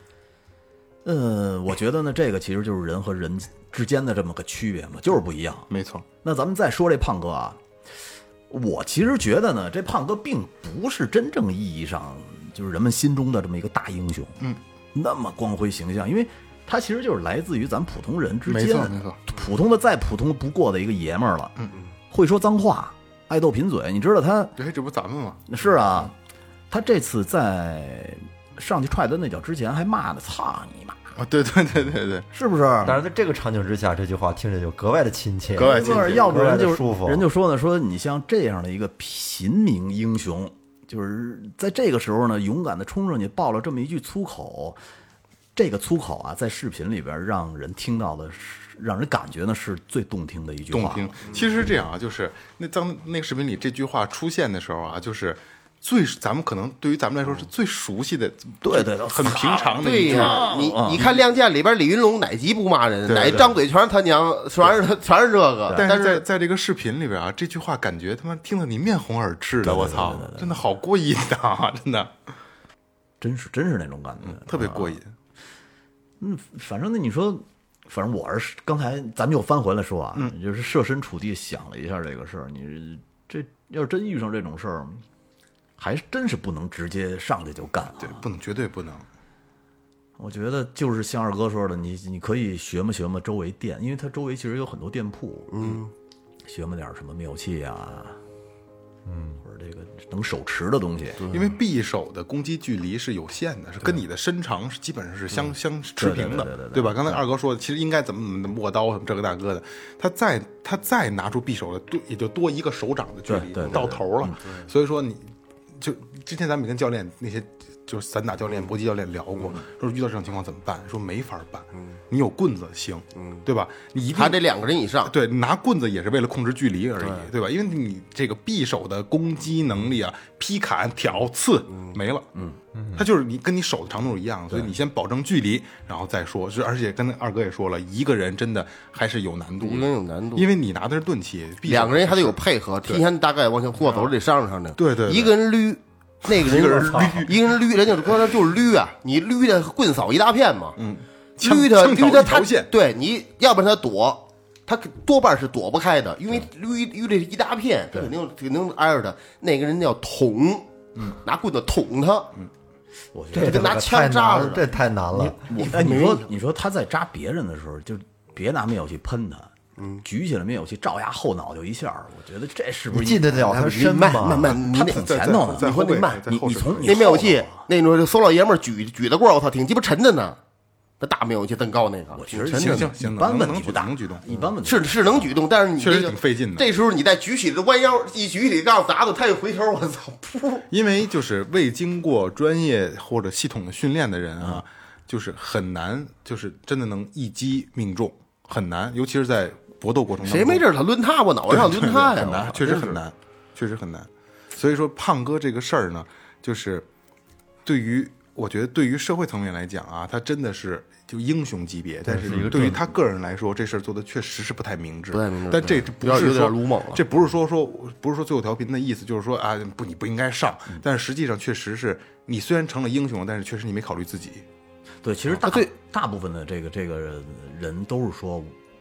呃，我觉得呢，这个其实就是人和人之间的这么个区别嘛，就是不一样。 没错， 那咱们再说这胖哥啊，我其实觉得呢，这胖哥并不是真正意义上就是人们心中的这么一个大英雄，嗯，那么光辉形象，因为他其实就是来自于咱普通人之间， 没错没错， 普通的再普通不过的一个爷们儿了，嗯嗯，会说脏话，爱斗贫嘴，你知道他哎，这不咱们吗？ 是啊，他这次在上去踹他那脚之前还骂呢，操你妈！ 啊，对对对对对， 是不是？ 但是在这个场景之下，这句话听着就格外的亲切， 格外亲切要不然就格外的舒服人就说呢，说你像这样的一个平民英雄，就是在这个时候呢，勇敢的冲上去爆了这么一句粗口，这个粗口啊，在视频里边让人听到的是，让人感觉呢是最动听的一句话。 动听。其实是这样啊，就是那当那个视频里这句话出现的时候啊，就是最咱们可能对于咱们来说是最熟悉的， 对对对很平常的对一句。 呀，你你看《亮剑》里边李云龙哪集不骂人？ 对对哪张嘴全是他娘，全是全是这个。 但是在但是在这个视频里边啊，这句话感觉他妈听得你面红耳赤的， 对对我操，真的好过瘾啊，真的真是真是那种感觉， 特别过瘾。 嗯，反正那你说，反正我是刚才咱们又翻回来说啊， 嗯就是设身处地想了一下这个事儿，你这要是真遇上这种事儿，还真是不能直接上去就干啊。 对，不能，绝对不能。 我觉得就是像二哥说的，你你可以学摸学摸周围店，因为它周围其实有很多店铺，嗯，学摸点什么灭火器啊，嗯，或者这个能手持的东西， 因为匕首的攻击距离是有限的，是跟你的身长是基本上是相相持平对对对对的， 对对吧？刚才二哥说的，其实应该怎么怎么握刀什么这个那个的，他再他再拿出匕首的多也就多一个手掌的距离对对对到头了，所以说你就之前咱们也跟教练那些就是散打教练、搏击教练聊过，说遇到这种情况怎么办？说没法办，你有棍子行，对吧？你一定他得两个人以上。 对，拿棍子也是为了控制距离而已，对吧？因为你这个匕首的攻击能力啊，劈砍、挑、刺没了，嗯，它就是你跟你手的长度一样，所以你先保证距离，然后再说。是，而且跟二哥也说了，一个人真的还是有难度的， 一个人有难度因为你拿的是钝器，匕首两个人还得有配合，提前大概往前过走得上上的。 对对对一个人捋，那个人一个人捋， 一个人捋，人家刚才就是捋啊，你捋的棍扫一大片嘛，嗯， 枪捋他枪挑捋他他一条线对你要不然他躲，他多半是躲不开的，因为捋捋这一大片，他肯定肯定挨着他。那个人要捅，嗯，拿棍子捅他，嗯， 我觉得这就跟拿个枪扎似的太难了，这太难了。 你哎，你说你说他在扎别人的时候，就别拿灭火器喷他，嗯，举起来灭火器照压后脑就一下，我觉得这是不是你进得了他身慢吗？ 慢慢，你那他挺前头呢？ 在后背你说那慢， 你在后手你从你那灭火器后头啊， 那种馊老爷们儿举举的棍儿，我操，挺鸡巴沉的呢。那大灭火器登高那个， 我觉得行其实行行一般能能问题不大， 能举动一般问题是是能举动，但是你确实这个挺费劲的这时候你再举起来弯腰一举起来，杠砸到他一回头，我操，噗！ 因为就是未经过专业或者系统的训练的人啊，就是很难，就是真的能一击命中，很难，尤其是在搏斗过程当中， 谁没事儿他抡他，我脑袋上抡他呀， 很难，确实很难，确实很难。所以说，胖哥这个事儿呢，就是对于我觉得对于社会层面来讲啊，他真的是就英雄级别，但是对于他个人来说，这事儿做的确实是不太明智， 不太明智但这不有点是说鲁莽了这不是说说不是说最后调频的意思，就是说啊不你不应该上，但是实际上确实是你虽然成了英雄，但是确实你没考虑自己。 对，其实大啊对大部分的这个这个人都是说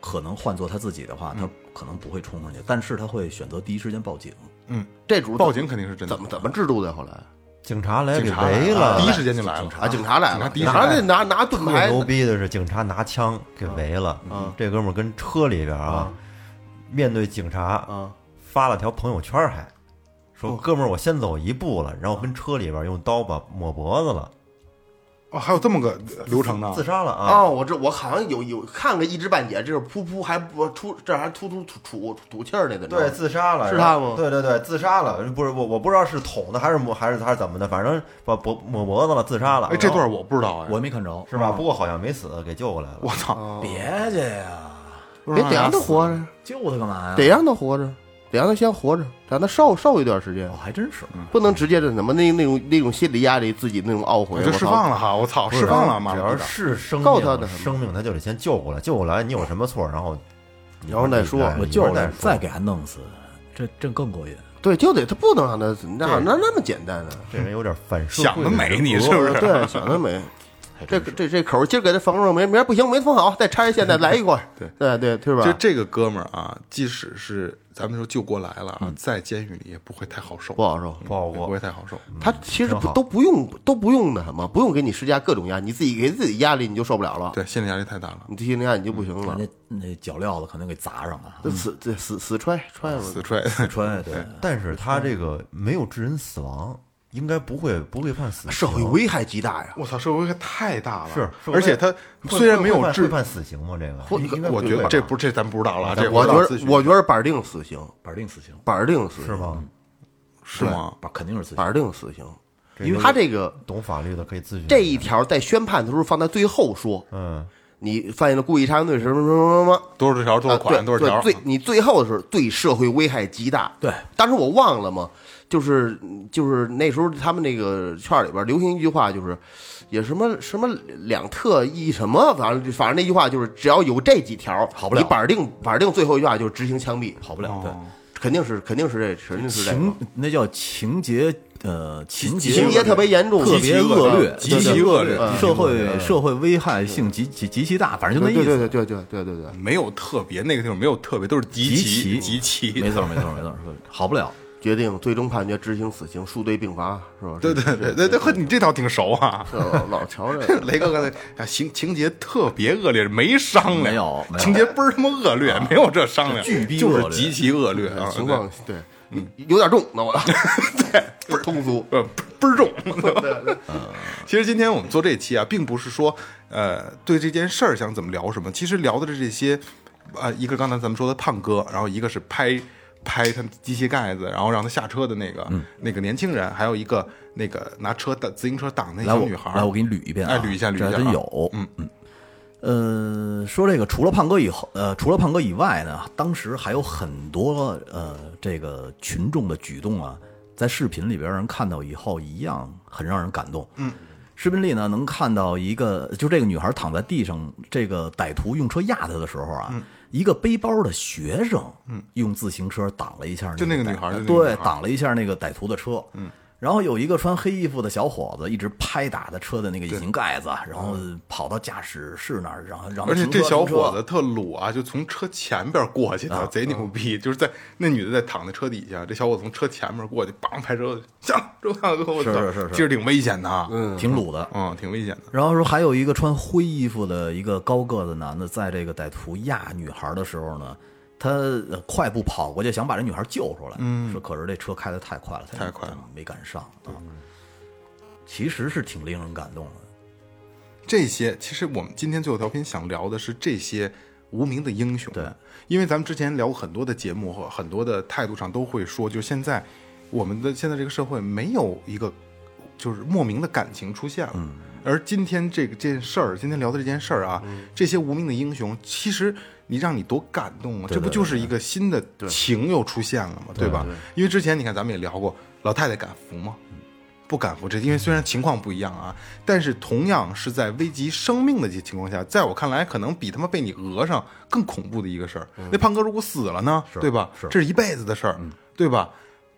可能换做他自己的话，他可能不会冲上去，但是他会选择第一时间报警。 这主报警肯定是真的。 怎么怎么制度的？后来警察来给警察来围了， 第一时间就来了。 啊，警察来了， 警察第一时拿间拿拿盾特牌， 牛逼的是，警察拿枪给围了。 嗯这哥们儿跟车里边啊，面对警察啊， 发了条朋友圈，还说：“哥们儿，我先走一步了。”然后跟车里边用刀把抹脖子了， 哦，还有这么个流程呢？ 自杀了啊！ 哦，我这我好像有有看个一知半解，这是噗噗还不出，这还突突吐吐吐气儿那个， 对，自杀了， 是他吗对对对，自杀了，不是我我不知道是捅的还是抹还是还是怎么的，反正把脖抹脖子了，自杀了。 哎，这段我不知道哎， 我也没看着， 是吧？不过好像没死，给救过来了。 我操， 别介呀， 别得让他活着， 救他干嘛呀？ 得让他活着，得让他先活着，让他受受一段时间哦，，还真是。 不能直接的怎么那那种那种心理压力，自己那种懊悔， 我就释放了哈！我操，释放了，妈只要是生告他的命，生命他就得先救过来，救过来你有什么错，然后然后再说哎我救了一会儿再，说再给他弄死，这这更过瘾。 对，就得他不能让他那对那那么简单的， 这人有点反社想得美，你是不是？ 对，想得美。这这这口今儿给他缝上，明明儿不行，没缝好，再拆线再来一块。 对对对，是吧？ 就这个哥们儿啊，即使是咱们说救过来了啊，在监狱里也不会太好受， 不好受， 不好也不会过。 太好受。 他其实挺好不都不用都不用那什么，不用给你施加各种压力，你自己给自己压力你就受不了了， 对，心理压力太大了， 你心理压力你就不行了那，那脚镣子肯定给砸上了， 这死这死死踹踹了， 死踹。 穿对。 但是他这个没有致人死亡，应该不会不会判死刑。 社会危害极大呀。 我操，社会危害太大了。 是， 而且他会虽然没有会判会治， 判死刑吗？这个应该我觉得不会吧这不这咱不知道了，这我觉得不知道咨询我觉得板定死刑， 板定死刑， 板定死刑是？吗？ 是吗？ 板肯定是死刑。 板定死刑， 这因为他这个懂法律的可以咨询这一条在宣判的时候放在最后说， 嗯， 你犯下了故意杀人罪什么什么什么什么。 多少条多少啊款多少条对，最你最后的是对社会危害极大。 对， 当时我忘了嘛，就是就是那时候他们那个圈里边流行一句话，就是也什么什么两特一什么，反正反正那句话就是只要有这几条， 好不了你板定板定最后一句话就是执行枪毙， 跑不了。对， 肯定是肯定是这肯定是这个情那叫情节，呃，情节情节特别严重， 特别恶劣， 极其恶劣， 嗯社会社会危害性极极极其大，反正就那意思。 对对对对对对对对， 没有特别，那个地方没有特别，都是极其极其。 没错没错没错，好不了。 决定最终判决执行死刑，数对并罚，是吧？ 对对对对对，和你这套挺熟啊。 这老老瞧着。 雷哥刚才啊，情情节特别恶劣，没商量， 没有没有情节倍儿他妈恶劣，没有这商量， 巨逼恶劣就是极其恶劣啊， 情况对，有点重，那我对不是通俗， 呃倍儿重。其实今天我们做这期啊，并不是说呃对这件事儿想怎么聊什么，其实聊的是这些啊、呃，一个刚才咱们说的胖哥，然后一个是拍拍他机器盖子，然后让他下车的那个、嗯、那个年轻人，还有一个那个拿车的自行车挡那小女孩。 来，我给你捋一遍、啊， 哎，捋一下，捋一下， 这还真有。 嗯嗯。 呃，说这个除了胖哥以后，呃，除了胖哥以外呢，当时还有很多呃，这个群众的举动啊，在视频里边让人看到以后，一样很让人感动。 嗯， 视频里呢能看到一个，就这个女孩躺在地上，这个歹徒用车压她的时候啊，嗯、一个背包的学生，嗯，用自行车挡了一下、那个， 就那个女孩，就那个对， 女孩挡了一下那个歹徒的车，嗯。然后有一个穿黑衣服的小伙子一直拍打他车的那个引擎盖子，然后跑到驾驶室那儿，然后让他而且停车这小停车伙子特鲁啊，就从车前边过去的， 啊贼牛逼！就是在那女的在躺在车底下，这小伙子从车前面过去，梆拍车，行，这样我操， 是是是是其实挺危险的啊， 嗯， 挺鲁的。 嗯，挺危险的。 然后说还有一个穿灰衣服的一个高个子男的，在这个歹徒压女孩的时候呢，他呃快步跑过去想把这女孩救出来，嗯，说可是这车开得太快了， 太快了， 没赶上啊。其实是挺令人感动的。 这些其实我们今天最后调频想聊的是这些无名的英雄， 对， 因为咱们之前聊过很多的节目和很多的态度上都会说，就现在我们的现在这个社会没有一个就是莫名的感情出现了。嗯，而今天这个这件事儿，今天聊的这件事儿啊，嗯、这些无名的英雄，其实你让你多感动啊！ 对对对对， 这不就是一个新的情又出现了吗？对吧？ 对对对， 因为之前你看咱们也聊过，老太太敢扶吗？不敢扶，这因为虽然情况不一样啊，但是同样是在危及生命的这情况下，在我看来，可能比他妈被你讹上更恐怖的一个事儿。嗯、那胖哥如果死了呢，对吧？ 是， 这是一辈子的事儿，嗯、对吧？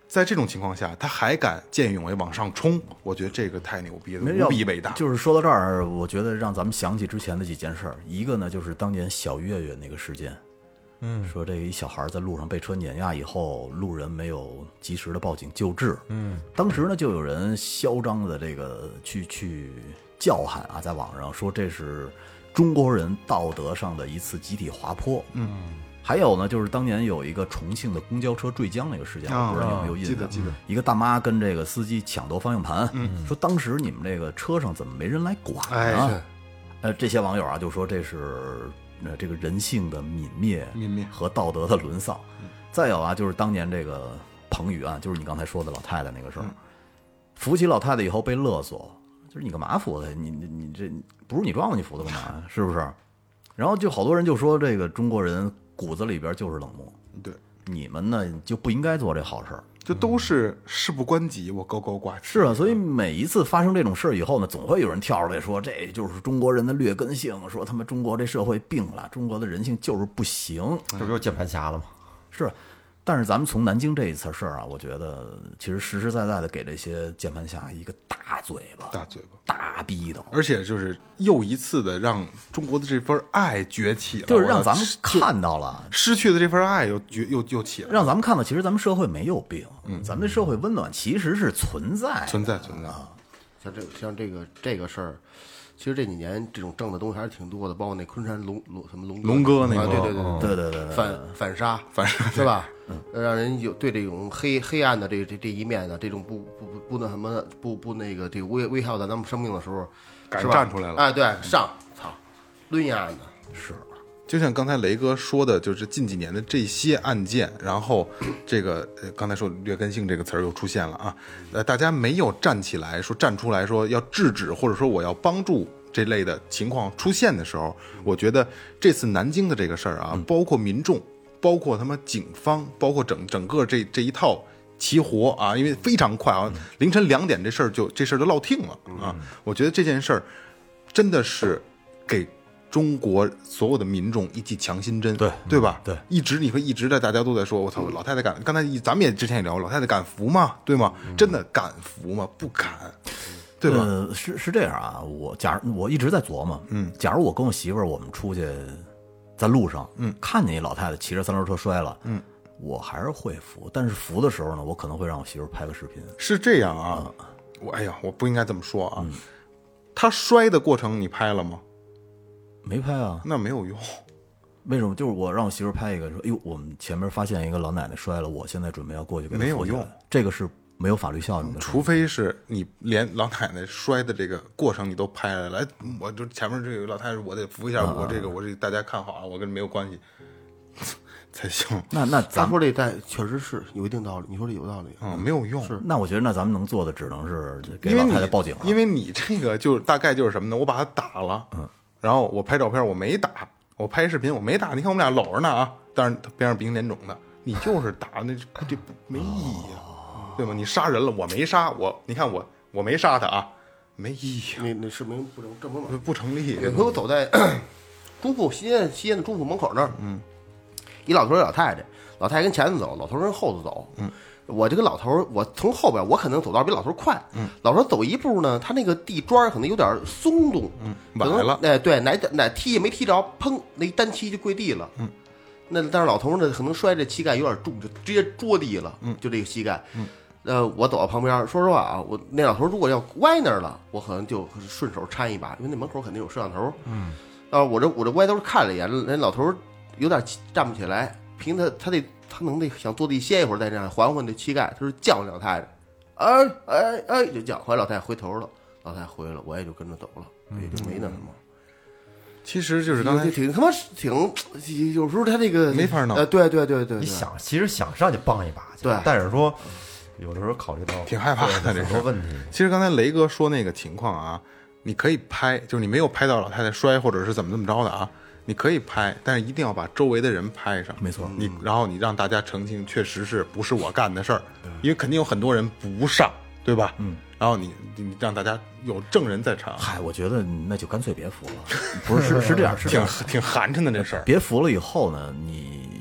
在这种情况下，他还敢见义勇为往上冲，我觉得这个太牛逼了， 没无比伟大。 就是说到这儿，我觉得让咱们想起之前的几件事儿。一个呢，就是当年小岳岳那个事件，嗯，说这个一小孩在路上被车碾压以后，路人没有及时的报警救治，嗯，当时呢就有人嚣张的这个去去叫喊啊，在网上说这是中国人道德上的一次集体滑坡，嗯。还有呢，就是当年有一个重庆的公交车坠江那个事件，我不知道你有没有印象？ 记得记得， 一个大妈跟这个司机抢夺方向盘，嗯，说当时你们这个车上怎么没人来管啊？ 哎， 呃，这些网友啊就说这是呃这个人性的泯灭、 泯灭和道德的沦丧。再有啊，就是当年这个彭宇案，就是你刚才说的老太太那个事儿，扶起老太太以后被勒索，就是你干嘛扶她？你你你这不是你撞的，你扶她干嘛？是不是？然后就好多人就说这个中国人骨子里边就是冷漠， 对， 你们呢就不应该做这好事儿， 就都是事不关己，我高高挂起。 是啊，所以每一次发生这种事儿以后呢，总会有人跳出来说这就是中国人的劣根性，说他们中国这社会病了，中国的人性就是不行， 这不就键盘侠了吗？ 是。但是咱们从南京这一次事儿啊，我觉得其实实实在在的给这些键盘侠一个大嘴巴， 大嘴巴， 大逼斗， 而且就是又一次的让中国的这份爱崛起了， 就是让咱们看到了失去的这份爱又崛又又起了， 让咱们看到其实咱们社会没有病，嗯，咱们的社会温暖其实是存在存在存在。 像这像这个这个事儿。其实这几年这种正的东西还是挺多的，包括那昆山龙龙什么龙龙哥那个， 啊、对对对对对对对， 反反杀反杀是吧？嗯，让人有对这种黑黑暗的这这这一面的这种不不不不那什么不不那个这个危危害到咱们生命的时候， 敢站出来了。 哎，对，上操，抡呀的是。 就像刚才雷哥说的，就是近几年的这些案件，然后这个呃刚才说劣根性这个词儿又出现了啊，呃，大家没有站起来说站出来说要制止，或者说我要帮助这类的情况出现的时候，我觉得这次南京的这个事儿啊，包括民众，包括他们警方，包括整整个这这一套齐活啊，因为非常快啊，凌晨两点这事儿就这事儿就落听了啊，我觉得这件事儿真的是给中国所有的民众一剂强心针， 对对吧？ 对， 一直你会一直在大家都在说，我操，老太太敢，刚才咱们也之前也聊，老太太敢服吗？对吗？真的敢服吗？不敢，对吧？ 呃，是是这样啊，我假如我一直在琢磨，嗯，假如我跟我媳妇儿我们出去在路上，嗯，看见一老太太骑着三轮车摔了，嗯，我还是会扶，但是扶的时候呢，我可能会让我媳妇儿拍个视频。 是这样啊，嗯、我哎呀，我不应该这么说啊，嗯、她摔的过程你拍了吗？ 没拍啊， 那没有用。 为什么？就是我让我媳妇拍一个，说：“哎呦，我们前面发现一个老奶奶摔了，我现在准备要过去给她扶起来。”没有用，这个是没有法律效应的。 除非是你连老奶奶摔的这个过程你都拍下来，我就前面这个老太太，我得扶一下，我这个我这大家看好啊，我跟没有关系才行。 那那咱说这在确实是有一定道理，你说这有道理， 嗯，没有用。 是，那我觉得那咱们能做的只能是给老太太报警了， 因为你这个就大概就是什么呢？我把她打了，嗯。然后我拍照片，我没打；我拍视频，我没打。你看我们俩搂着呢啊，但是边上鼻青脸肿的，你就是打那这没意义啊，对吗？你杀人了，我没杀，我你看我我没杀他啊，没意义。 那那视频不成证明吗？ 不成立。 有回我走在中府西安西安的中府门口那儿，嗯，一老头一老太太，老太太跟前头走，老头跟后头走，嗯。我这个老头，我从后边，我可能走道比老头快。嗯，老头走一步呢，他那个地砖可能有点松动，嗯， 崴了。 哎，对，哪哪踢也没踢着，砰，那一单踢就跪地了。嗯，那但是老头呢，可能摔这膝盖有点重，就直接着地了。嗯，就这个膝盖。嗯，呃，我走到旁边，说实话啊，我那老头如果要歪那儿了，我可能就顺手搀一把，因为那门口肯定有摄像头。嗯，啊，我这我这歪头看了一眼，那老头有点站不起来，凭他他这。他能那想坐地歇一会儿，再这样缓缓这膝盖，他就叫老太太，哎哎哎，就叫。后来老太太回头了，老太太回了，我也就跟着走了，也就没那什么。 其实就是刚才挺他妈挺，有时候他这个没法弄。 呃，对对对对， 你想，其实想上去帮一把去， 对， 但是说有的时候考虑到挺害怕的这个问题。 其实刚才雷哥说那个情况啊，你可以拍，就是你没有拍到老太太摔或者是怎么怎么着的啊。你可以拍，但是一定要把周围的人拍上。 没错， 你然后你让大家澄清，确实是不是我干的事儿，因为肯定有很多人不上，对吧？嗯，然后你你让大家有证人在场。 嗨，我觉得那就干脆别服了。不是是是这样，是这样， 挺挺寒碜的这事儿。 别服了以后呢，你你你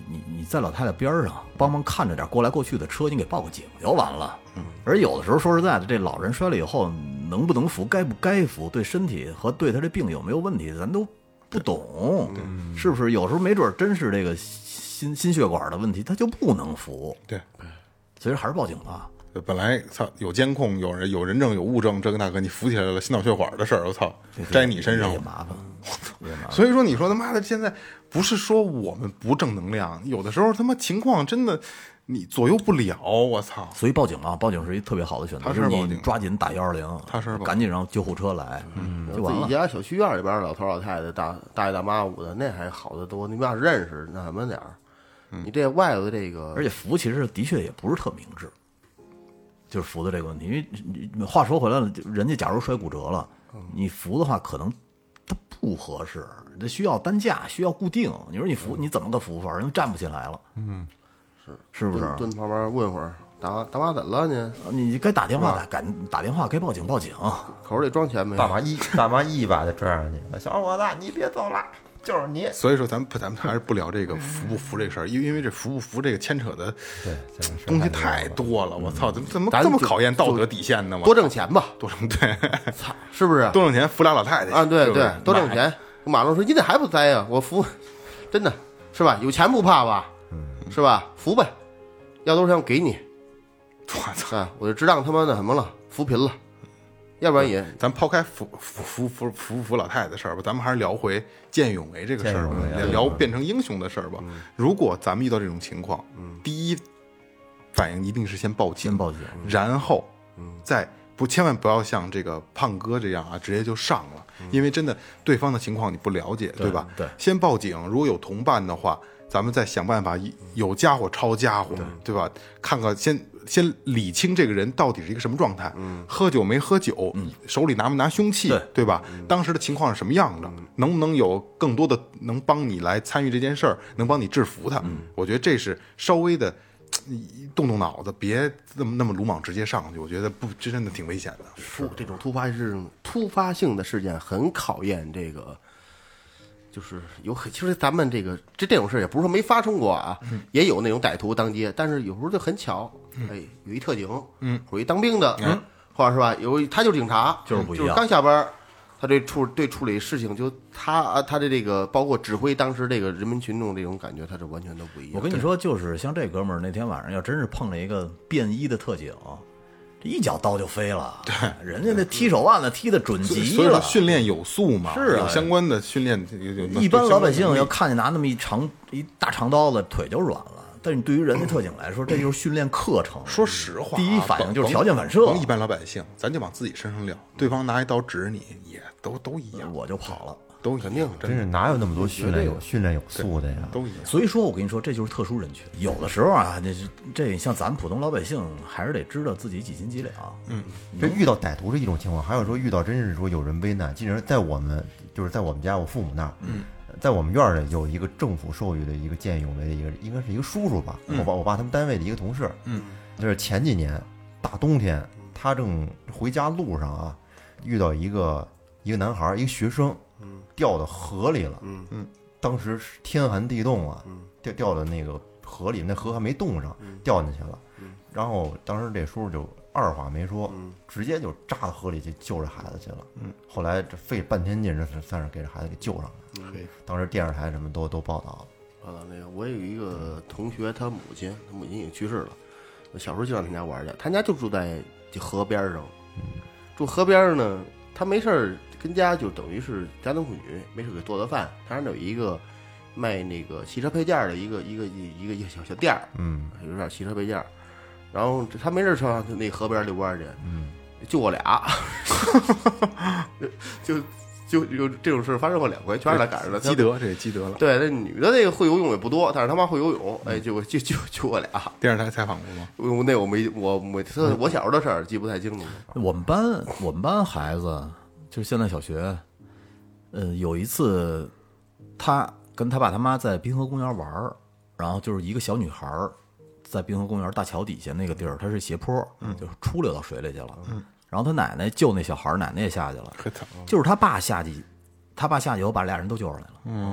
在老太太边上帮忙看着点过来过去的车，你给报个警就完了。而有的时候说实在的，这老人摔了以后能不能扶，该不该扶，对身体和对他这病有没有问题，咱都不懂，是不是？有时候没准真是这个心心血管的问题，他就不能扶。 对， 所以还是报警吧。 本来操有监控，有人有人证有物证，这个那个你扶起来了，心脑血管的事儿，我操，摘你身上了。 也麻烦，也麻烦。 所以说，你说他妈的，现在不是说我们不正能量，有的时候他妈情况真的你左右不了，我操！ 所以报警啊，报警是一特别好的选择，就是你抓紧打幺二零， 踏实报警赶紧让救护车来，嗯，就完了。 自己家小区院里边老头老太太、大大爷大妈舞的，那还好得多。你们要是认识那什么点儿，你这外头的这个， 而且扶其实的确也不是特明智。就是扶的这个问题，因为你话说回来了，人家假如摔骨折了，你扶的话可能它不合适，这需要担架，需要固定。你说你扶你怎么个扶法？人站不起来了，嗯，是是不是？ 蹲旁边问会儿，大大妈怎么了呢？ 你该打电话打，赶打电话，该报警报警， 口里装钱没？ 大妈一大妈一把就拽上去，小伙子你别走了。就是你， 所以说咱们咱们还是不聊这个服不服这个事儿，因为因为这服不服这个牵扯的东西太多了。我操，怎么怎么这么考验道德底线呢？ 多挣钱吧， 多挣对， 操，是不是？ 多挣钱扶俩老太太啊，对对，多挣钱。马路说你这还不栽呀？我扶，真的是吧？有钱不怕吧？是吧？扶呗，要多少钱我给你。 我操， 啊，我就知道他妈的什么了，扶贫了。要不然也， 咱抛开扶扶扶扶扶扶老太太的事儿吧，咱们还是聊回见义勇为这个事儿吧，聊变成英雄的事儿吧。如果咱们遇到这种情况，第一反应一定是先报警， 先报警， 然后再不千万不要像这个胖哥这样啊，直接就上了，因为真的对方的情况你不了解，对吧？ 对， 先报警，如果有同伴的话，咱们再想办法有家伙抄家伙，对吧？看看先。先理清这个人到底是一个什么状态，嗯、喝酒没喝酒，嗯、手里拿没拿凶器，对, 对吧、嗯？当时的情况是什么样的？嗯、能不能有更多的能帮你来参与这件事儿，能帮你制服他？嗯、我觉得这是稍微的动动脑子，别那么那么鲁莽直接上去。我觉得不真的挺危险的。 突这种突发事突发性的事件很考验这个。就是有很，其实咱们这个这这种事也不是说没发生过啊，嗯、也有那种歹徒当街，但是有时候就很巧，嗯、哎，有一特警，嗯，有一当兵的，嗯，或者是吧，有他就是警察， 就是不一样， 就是刚下班，他对处对处理事情就他他的这个包括指挥当时这个人民群众这种感觉，他是完全都不一样。 我跟你说，就是像这哥们儿那天晚上要真是碰了一个便衣的特警。这一脚刀就飞了，对，人家那踢手腕子踢的准极了。 所以说训练有素嘛， 是啊， 有相关的训练。 一般老百姓要看见拿那么一长一大长刀子，腿就软了。但是对于人家特警来说，这就是训练课程。 说实话， 第一反应就是条件反射。 甭一般老百姓，咱就往自己身上撂，对方拿一刀指着你，也都都一样， 我就跑了。 都肯定， 真是哪有那么多训练有训练有素的呀？ 都一样。 所以说我跟你说，这就是特殊人群。有的时候啊，这这像咱们普通老百姓，还是得知道自己几斤几两。 嗯，这遇到歹徒是一种情况，还有说遇到真是说有人危难，其实在我们就是在我们家我父母那儿，嗯，在我们院里有一个政府授予的一个见义勇为的一个，应该是一个叔叔吧，我爸我爸他们单位的一个同事，嗯，就是前几年大冬天，他正回家路上啊，遇到一个一个男孩一个学生。掉到河里了，嗯嗯，当时天寒地冻啊，掉掉到那个河里，那河还没冻上，掉进去了，然后当时这叔叔就二话没说，直接就扎到河里去救这孩子去了，嗯，后来这费半天劲，这算是给这孩子给救上了，嗯，当时电视台什么都都报道了， 报道那个，我有一个同学，他母亲，他母亲已经去世了，我小时候就上他家玩去，他家就住在这河边上，嗯，住河边上呢，他没事儿。跟家就等于是家庭妇女，没事给做做饭。他那有一个卖那个汽车配件的一个一个一个一个小小店儿，嗯，有点汽车配件。然后他没事上那河边遛弯去，嗯，救我俩，就就就这种事发生过两回，全是他赶上的。 积德，这也积德了。 对，那女的那个会游泳也不多，但是他妈会游泳，哎，就就就救我俩。 电视台采访过吗？ 我那我没我我我小时候的事儿记不太清楚。 我们班我们班孩子。就是现在小学，呃，有一次，他跟他爸他妈在滨河公园玩，然后就是一个小女孩在滨河公园大桥底下那个地儿，它是斜坡，嗯，就是出溜到水里去了，嗯，然后他奶奶救那小孩，奶奶也下去了，就是他爸下去，他爸下去以后把俩人都救上来了，嗯，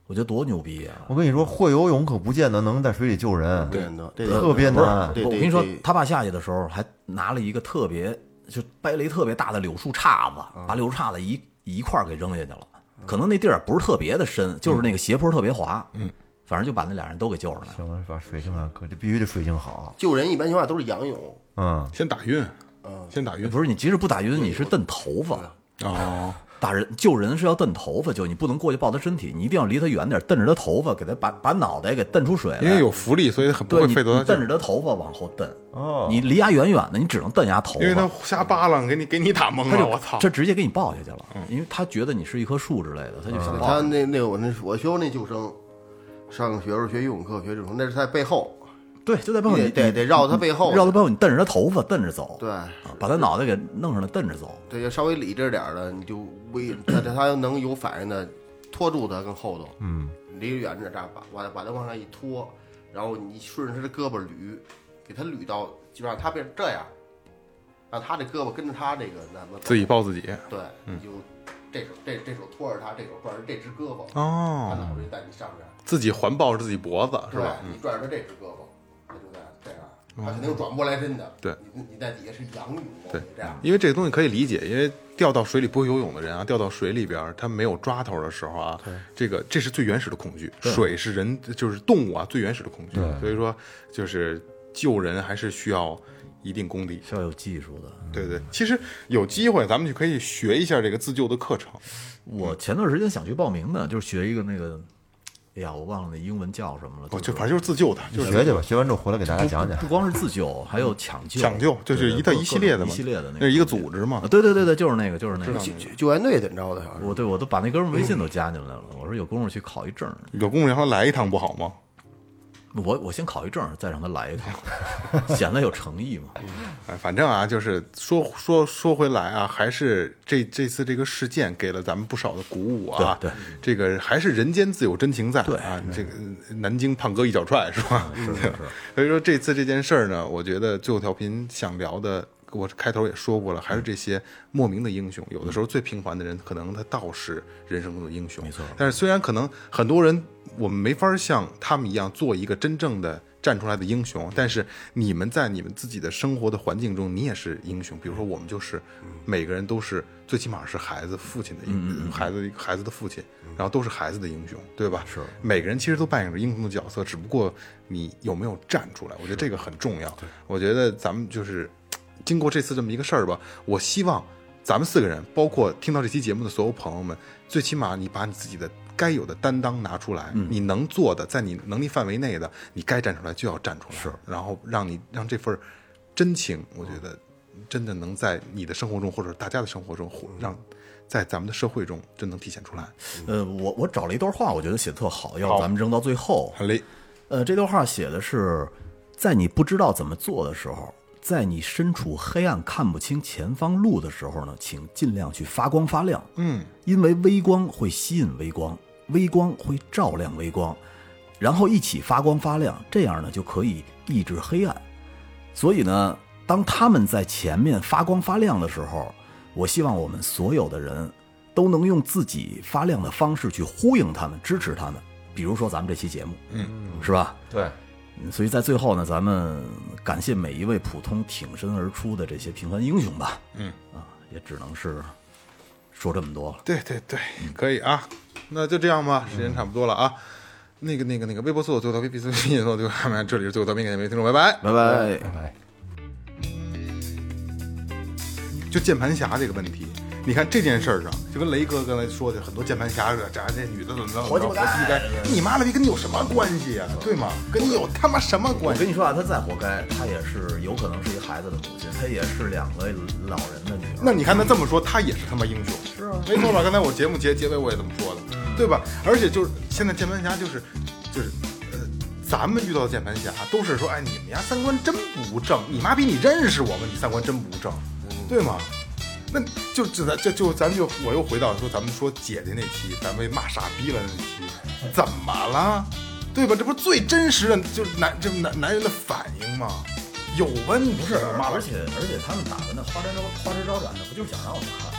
我觉得多牛逼啊！ 我跟你说，会游泳可不见得能在水里救人， 对的，这特别不是难。 对我跟你说对， 他爸下去的时候还拿了一个特别，就掰了一特别大的柳树杈子，把柳树杈子一一块儿给扔下去了。可能那地儿不是特别的深，就是那个斜坡特别滑，嗯，反正就把那俩人都给救上来了。 行了，把水性啊，可这必须得水性好。 救人一般情况下都是仰泳， 嗯， 先打晕，先打晕。 不是你即使不打晕，你是蹬头发。 哦， 打人救人是要蹬头发救，你不能过去抱他身体，你一定要离他远点，蹬着他头发，给他把把脑袋给蹬出水来。 因为有浮力，所以很不会对你你费多大劲儿。 蹬着他头发往后蹬， 哦你离他远远的，你只能蹬牙头发， 因为他瞎扒拉，给你给你打懵了， 他就我操！ 他直接给你抱下去了，因为他觉得你是一棵树之类的，他就想抱他你。 那那我那我学过那救生，上学时候学游泳课学这种，那是在背后， 对，就在背后你你得得绕他背后， 绕他背后，你蹬着他头发蹬着走， 对啊，把他脑袋给弄上来蹬着走。 对，要稍微理智点儿的，你就微他他他能有反应的，拖住他跟后头， 嗯， 离远点儿，这样把把把他往上一拖，然后你顺着他的胳膊捋，给他捋到，就让他变成这样，让他这胳膊跟着他这个那么自己抱自己。 对，你就这手这这手托着他，这手转着这只胳膊， 哦他脑袋在你上边， 自己环抱着自己脖子是对吧？ 你转着他这只胳膊，他就在这样，他肯定转不过来身的。 对， 你你在底下是仰泳的， 对你这样。 因为这个东西可以理解，因为掉到水里不会游泳的人啊，掉到水里边儿他没有抓头的时候啊，这个这是最原始的恐惧。水是人就是动物啊最原始的恐惧，所以说就是救人还是需要一定功力。 需要有技术的。 对对，其实有机会咱们就可以学一下这个自救的课程。 我前段时间想去报名的，就是学一个那个，哎呀，我忘了那英文叫什么了。 哦， 是就反正就是自救的，就是学去吧，学完之后回来给大家讲讲不。光是自救，还有抢救。 抢救，就是一套一系列的嘛， 一系列的那个， 那是一个组织嘛啊。对对对对，就是那个，就是那个。 救救援队怎么着的？好像是我对我都把那哥们儿微信都加进来了。我说有功夫去考一证， 有功夫让他来一趟不好吗？ 我我先考一证，再让他来一趟，显得有诚意嘛。 哎，反正啊，就是说说说回来啊，还是这这次这个事件给了咱们不少的鼓舞啊。 对对这个还是人间自有真情在啊。这个南京胖哥一脚踹是吧？是是是。所以说这次这件事儿呢，我觉得最后调频想聊的。我开头也说过了，还是这些莫名的英雄。有的时候最平凡的人，可能他倒是人生中的英雄。没错。但是虽然可能很多人我们没法像他们一样做一个真正的站出来的英雄，但是你们在你们自己的生活的环境中，你也是英雄。比如说我们就是每个人都是最起码是孩子父亲的英孩子孩子的父亲，然后都是孩子的英雄，对吧？是每个人其实都扮演着英雄的角色，只不过你有没有站出来，我觉得这个很重要。我觉得咱们就是经过这次这么一个事儿吧，我希望咱们四个人，包括听到这期节目的所有朋友们，最起码你把你自己的该有的担当拿出来，你能做的，在你能力范围内的，你该站出来就要站出来，是，然后让你让这份真情，我觉得真的能在你的生活中，或者大家的生活中，让在咱们的社会中真能体现出来。 呃，我我找了一段话，我觉得写的特好，要咱们扔到最后。 好嘞， 呃，这段话写的是，在你不知道怎么做的时候，在你身处黑暗看不清前方路的时候呢，请尽量去发光发亮。 嗯， 因为微光会吸引微光，微光会照亮微光，然后一起发光发亮，这样呢就可以抑制黑暗。所以呢，当他们在前面发光发亮的时候，我希望我们所有的人都能用自己发亮的方式去呼应他们，支持他们。比如说咱们这期节目，嗯，是吧？ 对。 所以在最后呢，咱们感谢每一位普通挺身而出的这些平凡英雄吧。 嗯啊，也只能是说这么多了。 对对对，可以啊，那就这样吧，时间差不多了啊。那个那个那个微博搜索最后调频，微信搜索最后调频，这里是最后调频，感谢各位听众，拜拜拜拜拜拜。 就键盘侠这个问题。你看这件事儿上，就跟雷哥刚才说的，很多键盘侠这这这女的怎么着，活鸡巴该，你妈了逼跟你有什么关系呀、啊？对吗？跟你有他妈什么关系？ 我跟你说啊，她再活该，她也是有可能是一个孩子的母亲，她也是两个老人的女儿。 那你看他这么说，他也是他妈英雄，是啊，没错吧？刚才我节目结结尾我也这么说的，对吧？而且就是现在键盘侠就是就是呃，咱们遇到的键盘侠都是说，哎，你们家三观真不正，你妈逼你认识我吗？你三观真不正，对吗？那就就咱就就咱就我又回到说咱们说姐姐那期，咱们骂傻逼了那期，怎么了？对吧？这不是最真实的，就是男这男男人的反应吗？有问题不是，而且而且他们打的那花枝招花枝招展的，不就是想让我们看？有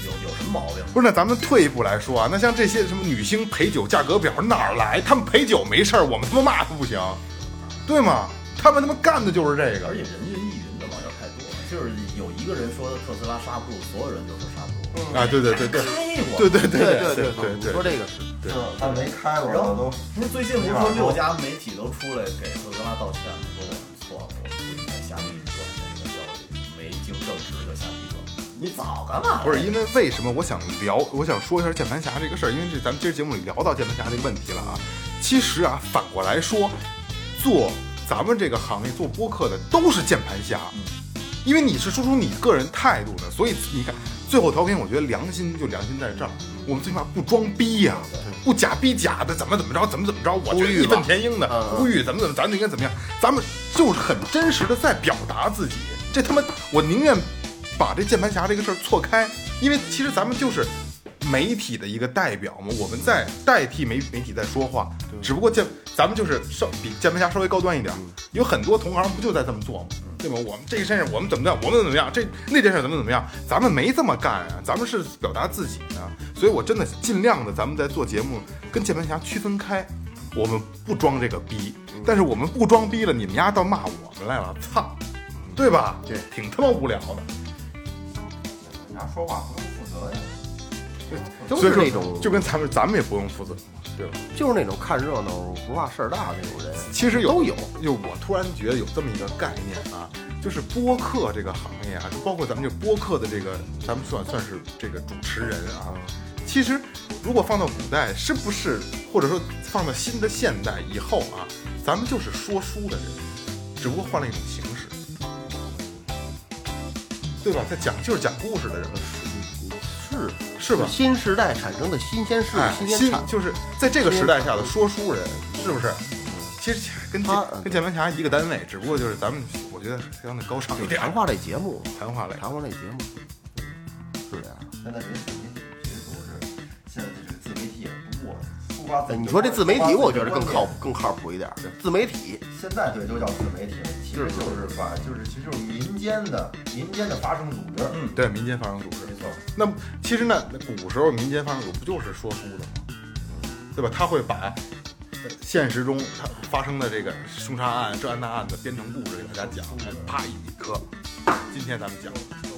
有有什么毛病？ 不是，那咱们退一步来说啊，那像这些什么女星陪酒价格表哪儿来？他们陪酒没事儿，我们他妈骂他不行，对吗？他们他妈干的就是这个。 而且人云亦云的网友太多了，就是有一个人说特斯拉刹不住，所有人就说刹不住。 啊，对对对对， 开过， 对对对对对对对， 说这个是， 对， 他没开过， 然后都不是最近不是说六家媒体都出来给特斯拉道歉吗？说我们错了，我们不应该瞎逼转这个消息，没经证实就瞎逼转。你早干嘛？ 不是因为为什么我想聊，我想说一下键盘侠这个事儿，因为这咱们今儿节目里聊到键盘侠这个问题了啊。其实啊，反过来说，做咱们这个行业做播客的都是键盘侠，因为你是说出你个人态度的，所以你看最后调频，我觉得良心就良心在这儿，我们最起码不装逼呀、啊，不假逼假的，怎么怎么着，怎么怎么着，我觉得义愤填膺的呼吁，怎么怎么，咱就应该怎么样，咱们就是很真实的在表达自己。这他妈，我宁愿把这键盘侠这个事儿错开，因为其实咱们就是媒体的一个代表嘛，我们在代替媒媒体在说话，只不过键咱们就是稍比键盘侠稍微高端一点，有很多同行不就在这么做吗？对吧？我们这个事我们怎么样，我们怎么样，这那件事怎么怎么样，咱们没这么干啊，咱们是表达自己的，所以我真的尽量的，咱们在做节目跟键盘侠区分开，我们不装这个逼，但是我们不装逼了，你们丫倒骂我们来了，操，对吧？ 对， 挺他妈无聊的。 人家说话不用负责呀。 都所以说是那种， 就跟咱们咱们也不用负责，对吧？ 就是那种看热闹不怕事儿大那种人。 其实有都有， 就我突然觉得有这么一个概念啊，就是播客这个行业啊，就包括咱们这播客的这个，咱们算算是这个主持人啊。其实如果放到古代，是不是或者说放到新的现代以后啊，咱们就是说书的人，只不过换了一种形式，对吧？在讲就是讲故事的人， 是是吧？ 新时代产生的新鲜事物、 哎， 新鲜产， 新就是在这个时代下的说书人，是不是？其实跟他跟键盘侠一个单位，只不过就是咱们我觉得相对高尚一点。 谈话类节目， 谈话类， 谈话类节目是这样。 现在这些自媒体其实都是现在这个自媒体也多，抒发自己。 你说这自媒体，我觉得更靠更靠谱一点。自媒体现在对都叫自媒体，其实就是把就是其实就是民间的民间的发声组织。 嗯，对，民间发声组织， 没错。 那其实呢，古时候民间发声组织不就是说书的吗？对吧？他会把现实中他发生的这个凶杀案、这案那案子编成故事给大家讲，啪一颗。今天咱们讲。